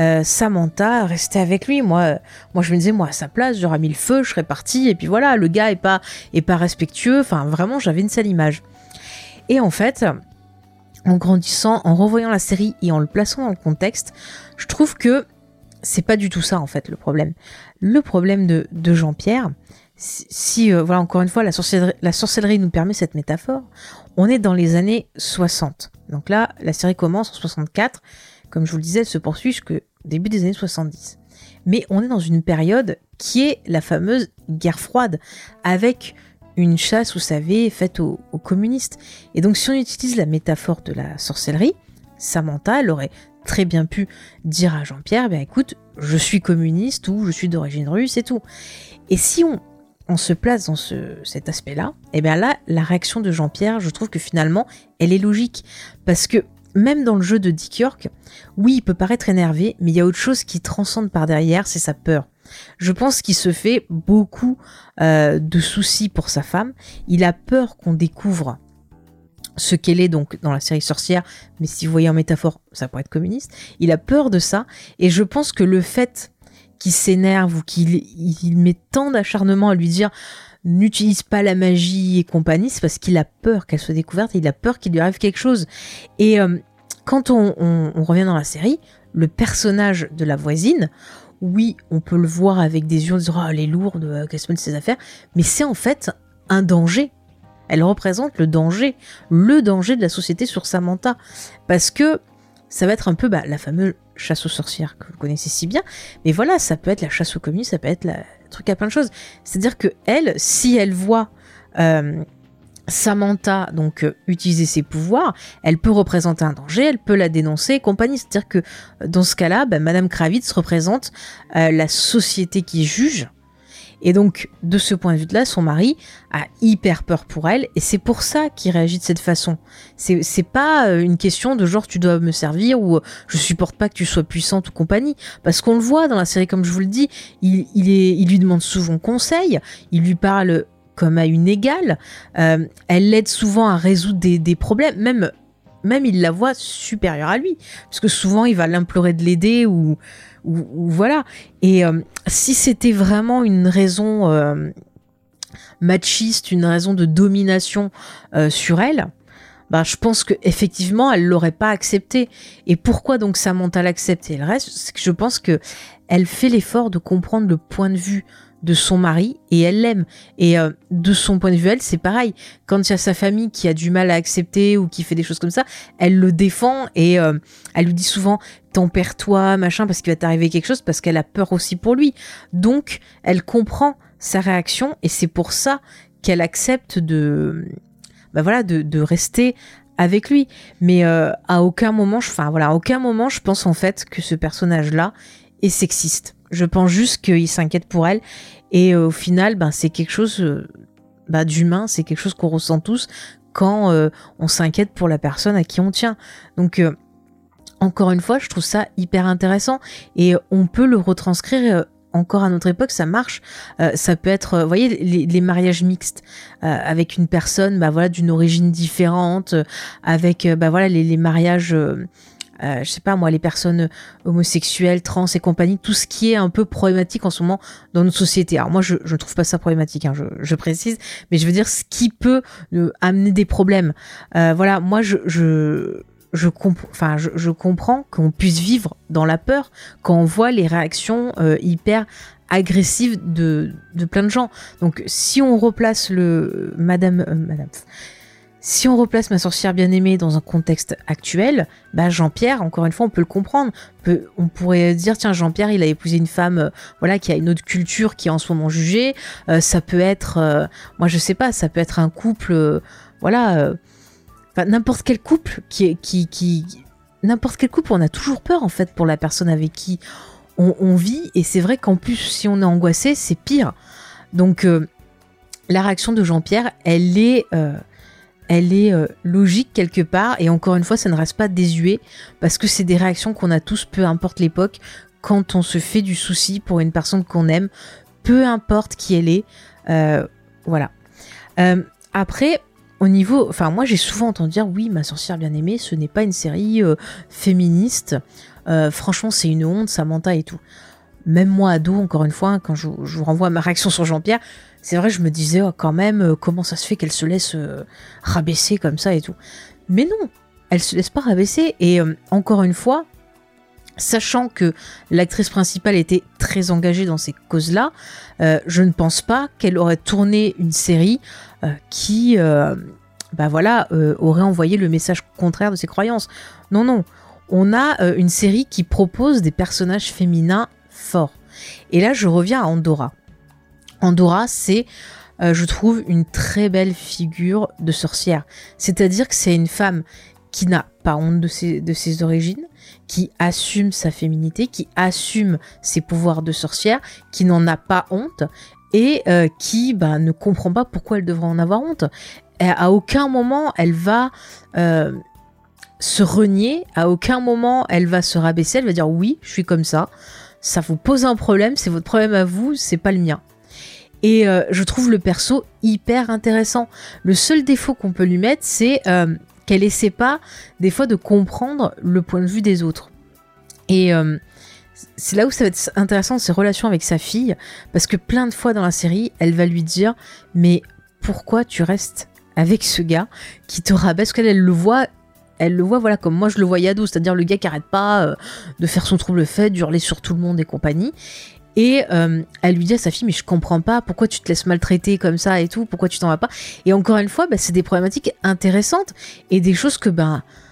Samantha restait avec lui. Moi, je me disais, à sa place, j'aurais mis le feu, je serais partie. Et puis voilà, le gars est pas respectueux. Enfin, vraiment, j'avais une sale image. Et en fait, en grandissant, en revoyant la série et en le plaçant dans le contexte, je trouve que c'est pas du tout ça en fait le problème. Le problème de Jean-Pierre, encore une fois, la sorcellerie nous permet cette métaphore, on est dans les années 60. Donc là, la série commence en 64, comme je vous le disais, elle se poursuit jusqu'au début des années 70. Mais on est dans une période qui est la fameuse guerre froide, avec une chasse, vous savez, faite aux communistes. Et donc si on utilise la métaphore de la sorcellerie, Samantha, elle aurait très bien pu dire à Jean-Pierre, écoute, je suis communiste ou je suis d'origine russe et tout. Et si on se place dans cet aspect-là, là, la réaction de Jean-Pierre, je trouve que finalement, elle est logique. Parce que même dans le jeu de Dick York, oui, il peut paraître énervé, mais il y a autre chose qui transcende par derrière, c'est sa peur. Je pense qu'il se fait beaucoup de soucis pour sa femme. Il a peur qu'on découvre ce qu'elle est donc dans la série Sorcière, mais si vous voyez en métaphore, ça pourrait être communiste. Il a peur de ça, et je pense que le fait qu'il s'énerve ou qu'il met tant d'acharnement à lui dire n'utilise pas la magie et compagnie, c'est parce qu'il a peur qu'elle soit découverte et il a peur qu'il lui arrive quelque chose. Et quand on revient dans la série, le personnage de la voisine, oui, on peut le voir avec des yeux en disant « Oh, elle est lourde, qu'elle se met de ses affaires », mais c'est en fait un danger. Elle représente le danger de la société sur Samantha. Parce que ça va être un peu la fameuse chasse aux sorcières que vous connaissez si bien. Mais voilà, ça peut être la chasse aux communistes, ça peut être le truc à plein de choses. C'est-à-dire que elle, si elle voit Samantha donc utiliser ses pouvoirs, elle peut représenter un danger, elle peut la dénoncer et compagnie. C'est-à-dire que dans ce cas-là, Madame Kravitz représente la société qui juge. Et donc, de ce point de vue-là, son mari a hyper peur pour elle, et c'est pour ça qu'il réagit de cette façon. C'est pas une question de genre tu dois me servir ou je supporte pas que tu sois puissante ou compagnie, parce qu'on le voit dans la série, comme je vous le dis, il lui demande souvent conseil, il lui parle comme à une égale, elle l'aide souvent à résoudre des problèmes, même il la voit supérieure à lui, parce que souvent il va l'implorer de l'aider ou voilà. Et si c'était vraiment une raison machiste, une raison de domination sur elle, bah, je pense que effectivement elle l'aurait pas accepté. Et pourquoi donc Samantha l'accepte et le reste, c'est que je pense que elle fait l'effort de comprendre le point de vue de son mari et elle l'aime. Et de son point de vue, elle, c'est pareil. Quand il y a sa famille qui a du mal à accepter ou qui fait des choses comme ça, elle le défend et elle lui dit souvent tempère-toi, machin, parce qu'il va t'arriver quelque chose, parce qu'elle a peur aussi pour lui. Donc, elle comprend sa réaction et c'est pour ça qu'elle accepte de rester avec lui. Mais à aucun moment, je pense en fait que ce personnage-là est sexiste. Je pense juste qu'il s'inquiète pour elle et au final, c'est quelque chose d'humain, c'est quelque chose qu'on ressent tous quand on s'inquiète pour la personne à qui on tient. Donc encore une fois, je trouve ça hyper intéressant et on peut le retranscrire encore à notre époque, ça marche. Ça peut être, vous voyez, les mariages mixtes avec une personne d'une origine différente, avec les mariages... je sais pas moi, les personnes homosexuelles, trans et compagnie, tout ce qui est un peu problématique en ce moment dans notre société. Alors moi, je ne trouve pas ça problématique, hein, je précise, mais je veux dire ce qui peut amener des problèmes. Moi, je comprends qu'on puisse vivre dans la peur quand on voit les réactions hyper agressives de plein de gens. Donc, si on replace si on replace Ma sorcière bien-aimée dans un contexte actuel, Jean-Pierre, encore une fois, on peut le comprendre. On pourrait dire, tiens, Jean-Pierre, il a épousé une femme qui a une autre culture qui est en ce moment jugée. Ça peut être, moi je sais pas, ça peut être un couple, n'importe quel couple n'importe quel couple, on a toujours peur en fait pour la personne avec qui on vit. Et c'est vrai qu'en plus, si on est angoissé, c'est pire. Donc, la réaction de Jean-Pierre, elle est logique quelque part, et encore une fois, ça ne reste pas désuet, parce que c'est des réactions qu'on a tous, peu importe l'époque, quand on se fait du souci pour une personne qu'on aime, peu importe qui elle est, voilà. Après, au niveau... moi j'ai souvent entendu dire, oui, Ma sorcière bien-aimée, ce n'est pas une série féministe, franchement c'est une honte, Samantha et tout. Même moi, ado, encore une fois, quand je vous renvoie à ma réaction sur Jean-Pierre, c'est vrai, je me disais, quand même, comment ça se fait qu'elle se laisse rabaisser comme ça et tout. Mais non, elle se laisse pas rabaisser. Et encore une fois, sachant que l'actrice principale était très engagée dans ces causes-là, je ne pense pas qu'elle aurait tourné une série qui aurait envoyé le message contraire de ses croyances. Non. On a une série qui propose des personnages féminins forts. Et là, je reviens à Andorra. Andorra, c'est, je trouve, une très belle figure de sorcière. C'est-à-dire que c'est une femme qui n'a pas honte de ses origines, qui assume sa féminité, qui assume ses pouvoirs de sorcière, qui n'en a pas honte et qui ne comprend pas pourquoi elle devrait en avoir honte. À aucun moment, elle va se renier, à aucun moment, elle va se rabaisser, elle va dire « oui, je suis comme ça, ça vous pose un problème, c'est votre problème à vous, c'est pas le mien ». Et je trouve le perso hyper intéressant. Le seul défaut qu'on peut lui mettre, c'est qu'elle essaie pas, des fois, de comprendre le point de vue des autres. Et c'est là où ça va être intéressant, ses relations avec sa fille, parce que plein de fois dans la série, elle va lui dire « mais pourquoi tu restes avec ce gars qui te rabaisse ?» Parce qu'elle le voit, voilà, comme moi je le voyais ado, c'est-à-dire le gars qui arrête pas de faire son trouble fait, d'hurler sur tout le monde et compagnie. Et elle lui dit à sa fille, mais je comprends pas, pourquoi tu te laisses maltraiter comme ça et tout, pourquoi tu t'en vas pas. Et encore une fois, c'est des problématiques intéressantes et des choses que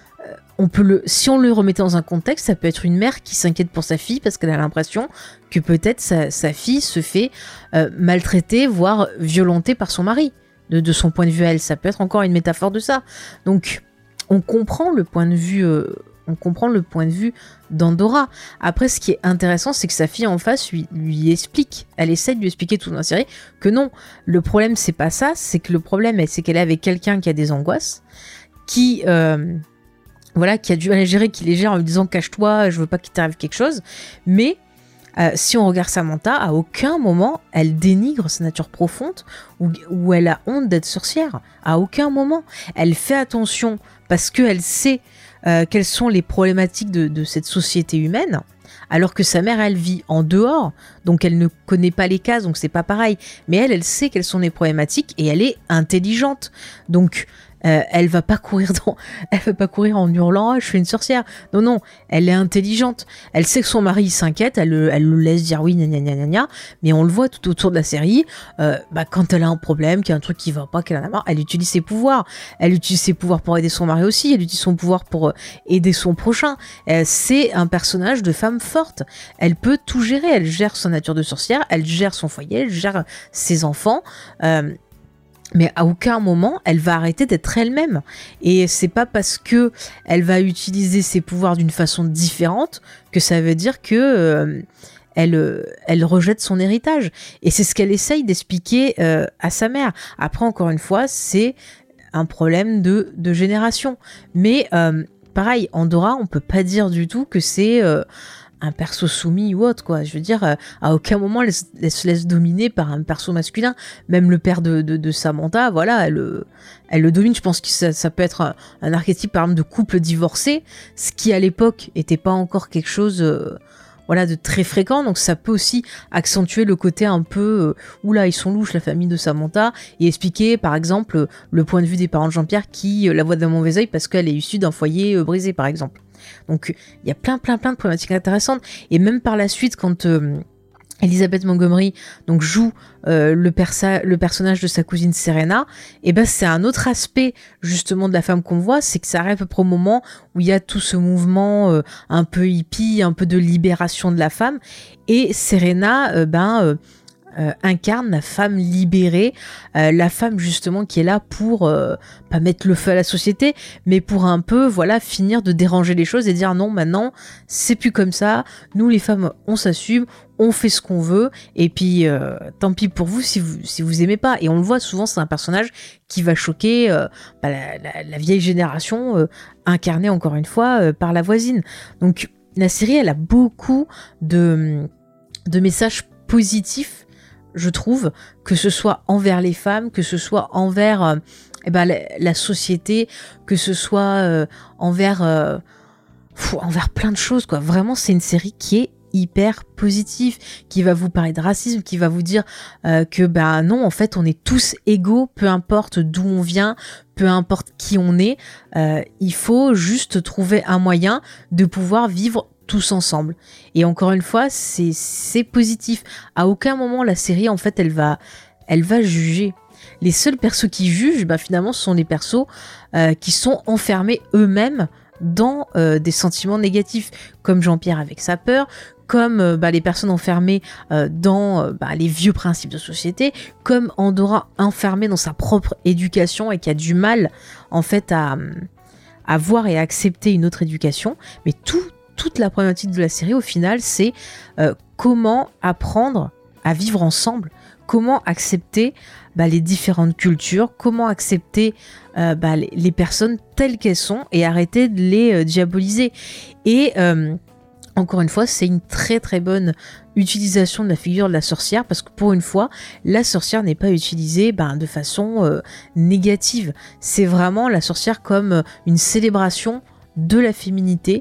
si on le remettait dans un contexte, ça peut être une mère qui s'inquiète pour sa fille parce qu'elle a l'impression que peut-être sa fille se fait maltraiter, voire violenter par son mari, de son point de vue à elle. Ça peut être encore une métaphore de ça. Donc on comprend le point de vue on comprend le point de vue d'Andorra. Après, ce qui est intéressant, c'est que sa fille en face lui explique, elle essaie de lui expliquer tout dans la série, que non, le problème c'est pas ça, c'est que le problème c'est qu'elle est avec quelqu'un qui a des angoisses, qui a du mal à gérer, qui les gère en lui disant cache-toi, je veux pas qu'il t'arrive quelque chose, mais si on regarde Samantha, à aucun moment elle dénigre sa nature profonde ou elle a honte d'être sorcière. À aucun moment. Elle fait attention parce qu'elle sait quelles sont les problématiques de cette société humaine, alors que sa mère, elle vit en dehors, donc elle ne connaît pas les cases, donc c'est pas pareil. Mais elle sait quelles sont les problématiques et elle est intelligente. Donc elle va pas courir en hurlant je fais une sorcière. Non, elle est intelligente. Elle sait que son mari il s'inquiète, elle le laisse dire oui gna, mais on le voit tout autour de la série. Quand elle a un problème, qu'il y a un truc qui va pas, qu'elle en a marre, elle utilise ses pouvoirs. Elle utilise ses pouvoirs pour aider son mari aussi. Elle utilise son pouvoir pour aider son prochain. C'est un personnage de femme forte. Elle peut tout gérer. Elle gère sa nature de sorcière. Elle gère son foyer. Elle gère ses enfants. Mais à aucun moment elle va arrêter d'être elle-même, et c'est pas parce que elle va utiliser ses pouvoirs d'une façon différente que ça veut dire que elle rejette son héritage, et c'est ce qu'elle essaye d'expliquer à sa mère. Après, encore une fois, c'est un problème de génération, mais pareil, Andorra, on peut pas dire du tout que c'est un perso soumis ou autre, quoi. Je veux dire, à aucun moment elle se laisse dominer par un perso masculin. Même le père de Samantha, voilà, elle le domine. Je pense que ça peut être un archétype, par exemple, de couple divorcé, ce qui à l'époque était pas encore quelque chose de très fréquent. Donc ça peut aussi accentuer le côté un peu oula, ils sont louches, la famille de Samantha, et expliquer par exemple le point de vue des parents de Jean-Pierre qui la voient d'un mauvais œil parce qu'elle est issue d'un foyer brisé, par exemple. Donc il y a plein de problématiques intéressantes, et même par la suite quand Elizabeth Montgomery donc joue le personnage de sa cousine Serena, et ben c'est un autre aspect justement de la femme qu'on voit, c'est que ça arrive à peu près au moment où il y a tout ce mouvement un peu hippie, un peu de libération de la femme, et Serena incarne la femme libérée, la femme justement qui est là pour pas mettre le feu à la société, mais pour un peu finir de déranger les choses et dire non, maintenant c'est plus comme ça, nous les femmes on s'assume, on fait ce qu'on veut, et puis tant pis pour vous si vous aimez pas. Et on le voit souvent, c'est un personnage qui va choquer la vieille génération, incarnée encore une fois par la voisine. Donc la série, elle a beaucoup de messages positifs, je trouve, que ce soit envers les femmes, que ce soit envers la société, que ce soit envers plein de choses, quoi. Vraiment, c'est une série qui est hyper positive, qui va vous parler de racisme, qui va vous dire que non, en fait on est tous égaux, peu importe d'où on vient, peu importe qui on est, il faut juste trouver un moyen de pouvoir vivre tous ensemble. Et encore une fois, c'est positif. À aucun moment la série, en fait, elle va juger. Les seuls persos qui jugent, finalement, ce sont les persos qui sont enfermés eux-mêmes dans des sentiments négatifs, comme Jean-Pierre avec sa peur, comme les personnes enfermées dans les vieux principes de société, comme Andorra enfermée dans sa propre éducation et qui a du mal, en fait, à voir et à accepter une autre éducation. Mais toute la problématique de la série, au final, c'est comment apprendre à vivre ensemble, comment accepter les différentes cultures, comment accepter les personnes telles qu'elles sont et arrêter de les diaboliser. Et encore une fois, c'est une très très bonne utilisation de la figure de la sorcière, parce que pour une fois, la sorcière n'est pas utilisée de façon négative. C'est vraiment la sorcière comme une célébration de la féminité,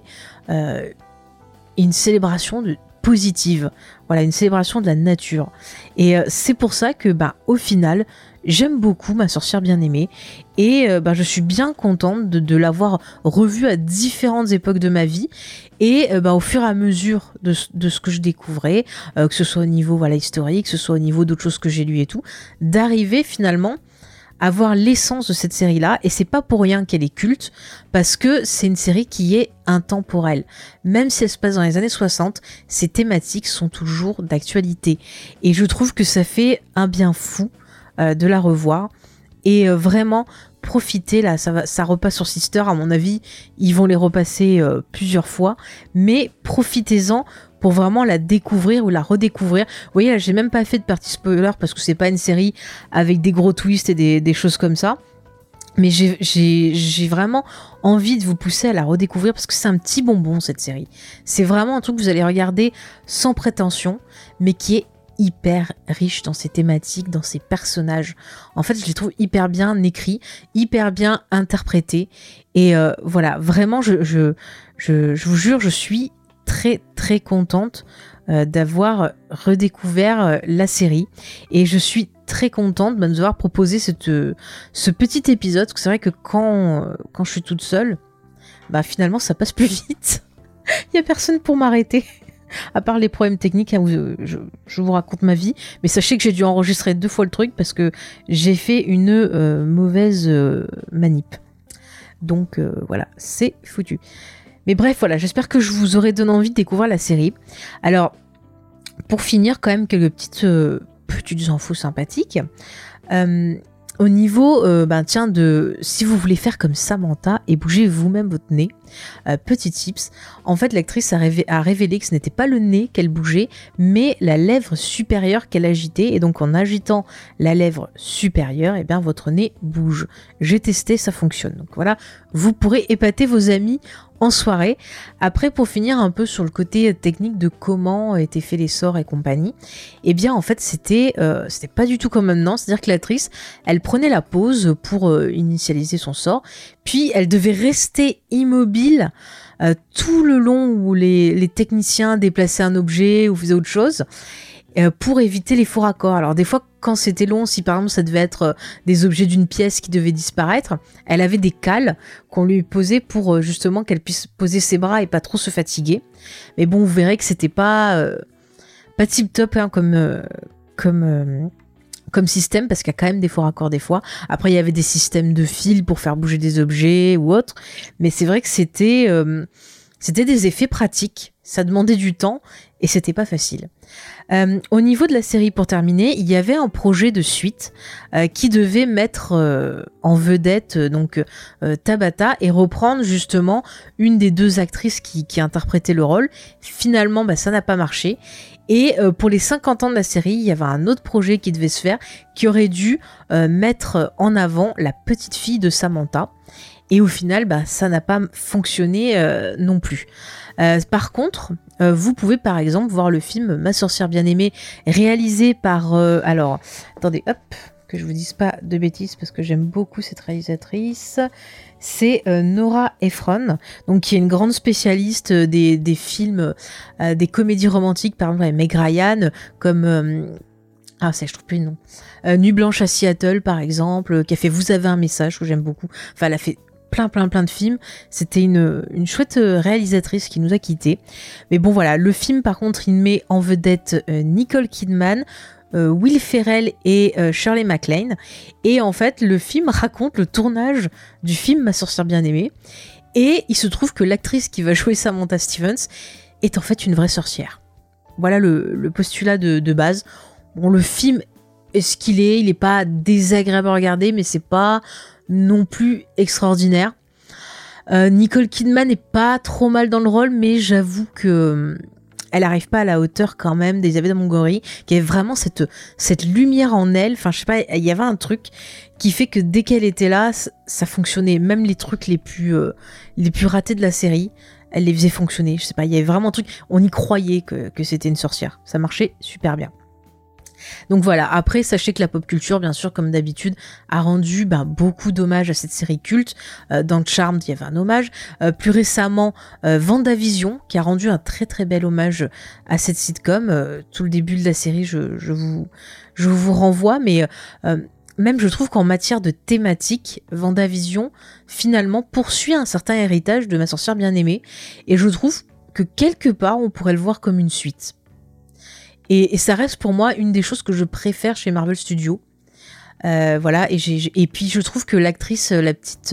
une célébration positive, voilà, une célébration de la nature. Et c'est pour ça que au final, j'aime beaucoup Ma sorcière bien-aimée, et je suis bien contente de l'avoir revue à différentes époques de ma vie, et au fur et à mesure de ce que je découvrais, que ce soit au niveau historique, que ce soit au niveau d'autres choses que j'ai lues et tout, d'arriver finalement à voir l'essence de cette série-là. Et c'est pas pour rien qu'elle est culte, parce que c'est une série qui est intemporelle. Même si elle se passe dans les années 60, ses thématiques sont toujours d'actualité. Et je trouve que ça fait un bien fou de la revoir. Et vraiment, profitez, là, ça repasse sur Sister, à mon avis, ils vont les repasser plusieurs fois, mais profitez-en pour vraiment la découvrir ou la redécouvrir. Vous voyez, là, j'ai même pas fait de partie spoiler parce que c'est pas une série avec des gros twists et des choses comme ça. Mais j'ai vraiment envie de vous pousser à la redécouvrir parce que c'est un petit bonbon, cette série. C'est vraiment un truc que vous allez regarder sans prétention, mais qui est hyper riche dans ses thématiques, dans ses personnages. En fait, je les trouve hyper bien écrits, hyper bien interprétés. Et voilà, vraiment, je vous jure, je suis très très contente d'avoir redécouvert la série. Et je suis très contente de nous avoir proposé ce petit épisode, parce que c'est vrai que quand je suis toute seule, bah finalement ça passe plus vite. Il n'y a personne pour m'arrêter, à part les problèmes techniques, hein, où je vous raconte ma vie, mais sachez que j'ai dû enregistrer 2 fois le truc parce que j'ai fait une mauvaise manip. Donc voilà, c'est foutu. Mais bref, voilà, j'espère que je vous aurai donné envie de découvrir la série. Alors, pour finir, quand même, quelques petites infos sympathiques. Au niveau, si vous voulez faire comme Samantha et bouger vous-même votre nez, petit tips, en fait l'actrice a révélé que ce n'était pas le nez qu'elle bougeait, mais la lèvre supérieure qu'elle agitait, et donc en agitant la lèvre supérieure, et bien votre nez bouge. J'ai testé, ça fonctionne. Donc voilà, vous pourrez épater vos amis en soirée. Après, pour finir un peu sur le côté technique de comment étaient faits les sorts et compagnie, eh bien en fait c'était pas du tout comme maintenant, c'est-à-dire que l'actrice, elle prenait la pause pour initialiser son sort, puis elle devait rester immobile tout le long où les techniciens déplaçaient un objet ou faisaient autre chose, pour éviter les faux raccords. Alors des fois, quand c'était long, si par exemple ça devait être des objets d'une pièce qui devaient disparaître, elle avait des cales qu'on lui posait pour justement qu'elle puisse poser ses bras et pas trop se fatiguer. Mais bon, vous verrez que c'était pas tip top, hein, comme système, parce qu'il y a quand même des faux raccords des fois. Après, il y avait des systèmes de fils pour faire bouger des objets ou autre, mais c'est vrai que c'était des effets pratiques. Ça demandait du temps et c'était pas facile. Au niveau de la série, pour terminer, il y avait un projet de suite qui devait mettre en vedette Tabata et reprendre justement une des 2 actrices qui interprétait le rôle. Finalement, ça n'a pas marché. Et pour les 50 ans de la série, il y avait un autre projet qui devait se faire, qui aurait dû mettre en avant la petite fille de Samantha. Et au final, ça n'a pas fonctionné non plus. Par contre, vous pouvez par exemple voir le film Ma sorcière bien-aimée, réalisé par... alors, attendez, hop, que je vous dise pas de bêtises, parce que j'aime beaucoup cette réalisatrice. C'est Nora Ephron, donc qui est une grande spécialiste des films, des comédies romantiques, par exemple avec Meg Ryan, comme... je trouve plus le nom. Nuit blanche à Seattle, par exemple, qui a fait Vous avez un message, que j'aime beaucoup. Enfin, elle a fait plein de films. C'était une chouette réalisatrice qui nous a quittés. Mais bon, voilà, le film, par contre, il met en vedette Nicole Kidman, Will Ferrell et Shirley MacLaine. Et en fait, le film raconte le tournage du film Ma sorcière bien-aimée. Et il se trouve que l'actrice qui va jouer Samantha Stevens est en fait une vraie sorcière. Voilà le postulat de base. Bon, le film est ce qu'il est, il est pas désagréable à regarder, mais c'est pas non plus extraordinaire. Nicole Kidman est pas trop mal dans le rôle, mais j'avoue que elle arrive pas à la hauteur quand même d'Elisabeth Montgomery, qui avait vraiment cette lumière en elle. Enfin, je sais pas, il y avait un truc qui fait que dès qu'elle était là, ça fonctionnait. Même les trucs les plus ratés de la série, elle les faisait fonctionner. Je sais pas, il y avait vraiment un truc, on y croyait que c'était une sorcière. Ça marchait super bien. Donc voilà, après sachez que la pop culture, bien sûr, comme d'habitude, a rendu beaucoup d'hommages à cette série culte. Dans Charmed, il y avait un hommage. Plus récemment, WandaVision, qui a rendu un très très bel hommage à cette sitcom. Tout le début de la série, je vous renvoie, mais même je trouve qu'en matière de thématique, WandaVision, finalement, poursuit un certain héritage de Ma sorcière bien-aimée. Et je trouve que quelque part, on pourrait le voir comme une suite. Et ça reste pour moi une des choses que je préfère chez Marvel Studios. Voilà, et puis je trouve que l'actrice, la petite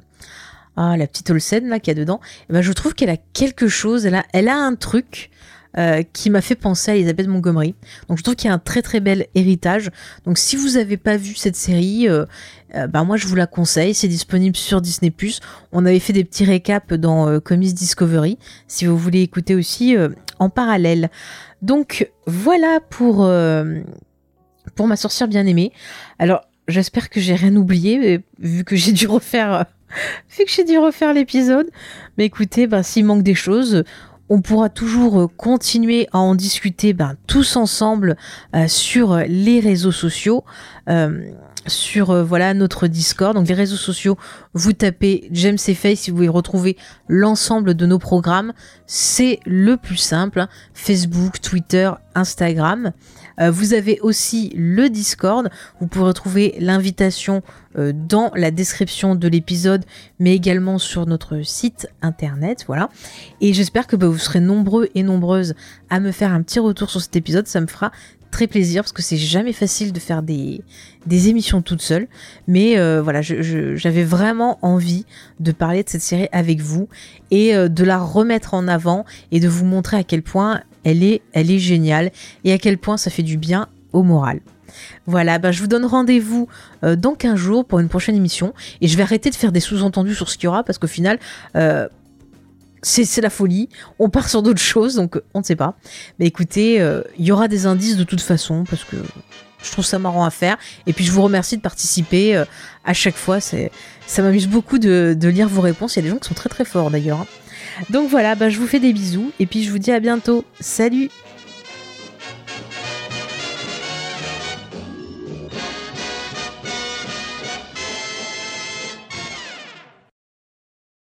Olsen là qu'il y a dedans, je trouve qu'elle a quelque chose, elle a un truc qui m'a fait penser à Elizabeth Montgomery. Donc je trouve qu'il y a un très très bel héritage. Donc si vous n'avez pas vu cette série, moi je vous la conseille, c'est disponible sur Disney+. On avait fait des petits récaps dans Comics Discovery, si vous voulez écouter aussi en parallèle. Donc voilà pour ma sorcière bien aimée. Alors j'espère que j'ai rien oublié, mais vu que j'ai dû refaire l'épisode. Mais écoutez, s'il manque des choses, on pourra toujours continuer à en discuter tous ensemble sur les réseaux sociaux, sur notre Discord. Donc les réseaux sociaux, vous tapez James et Faye si vous voulez retrouver l'ensemble de nos programmes. C'est le plus simple, Facebook, Twitter, Instagram. Vous avez aussi le Discord. Vous pouvez retrouver l'invitation dans la description de l'épisode, mais également sur notre site internet. Voilà. Et j'espère que vous serez nombreux et nombreuses à me faire un petit retour sur cet épisode. Ça me fera très plaisir parce que c'est jamais facile de faire des émissions toute seule. Mais j'avais vraiment envie de parler de cette série avec vous et de la remettre en avant et de vous montrer à quel point elle est géniale et à quel point ça fait du bien au moral. Voilà, je vous donne rendez-vous dans 15 jours pour une prochaine émission et je vais arrêter de faire des sous-entendus sur ce qu'il y aura parce qu'au final, c'est la folie. On part sur d'autres choses, donc on ne sait pas. Mais écoutez, il y aura des indices de toute façon parce que je trouve ça marrant à faire. Et puis je vous remercie de participer à chaque fois. Ça m'amuse beaucoup de lire vos réponses. Il y a des gens qui sont très très forts d'ailleurs. Donc voilà, je vous fais des bisous et puis je vous dis à bientôt. Salut!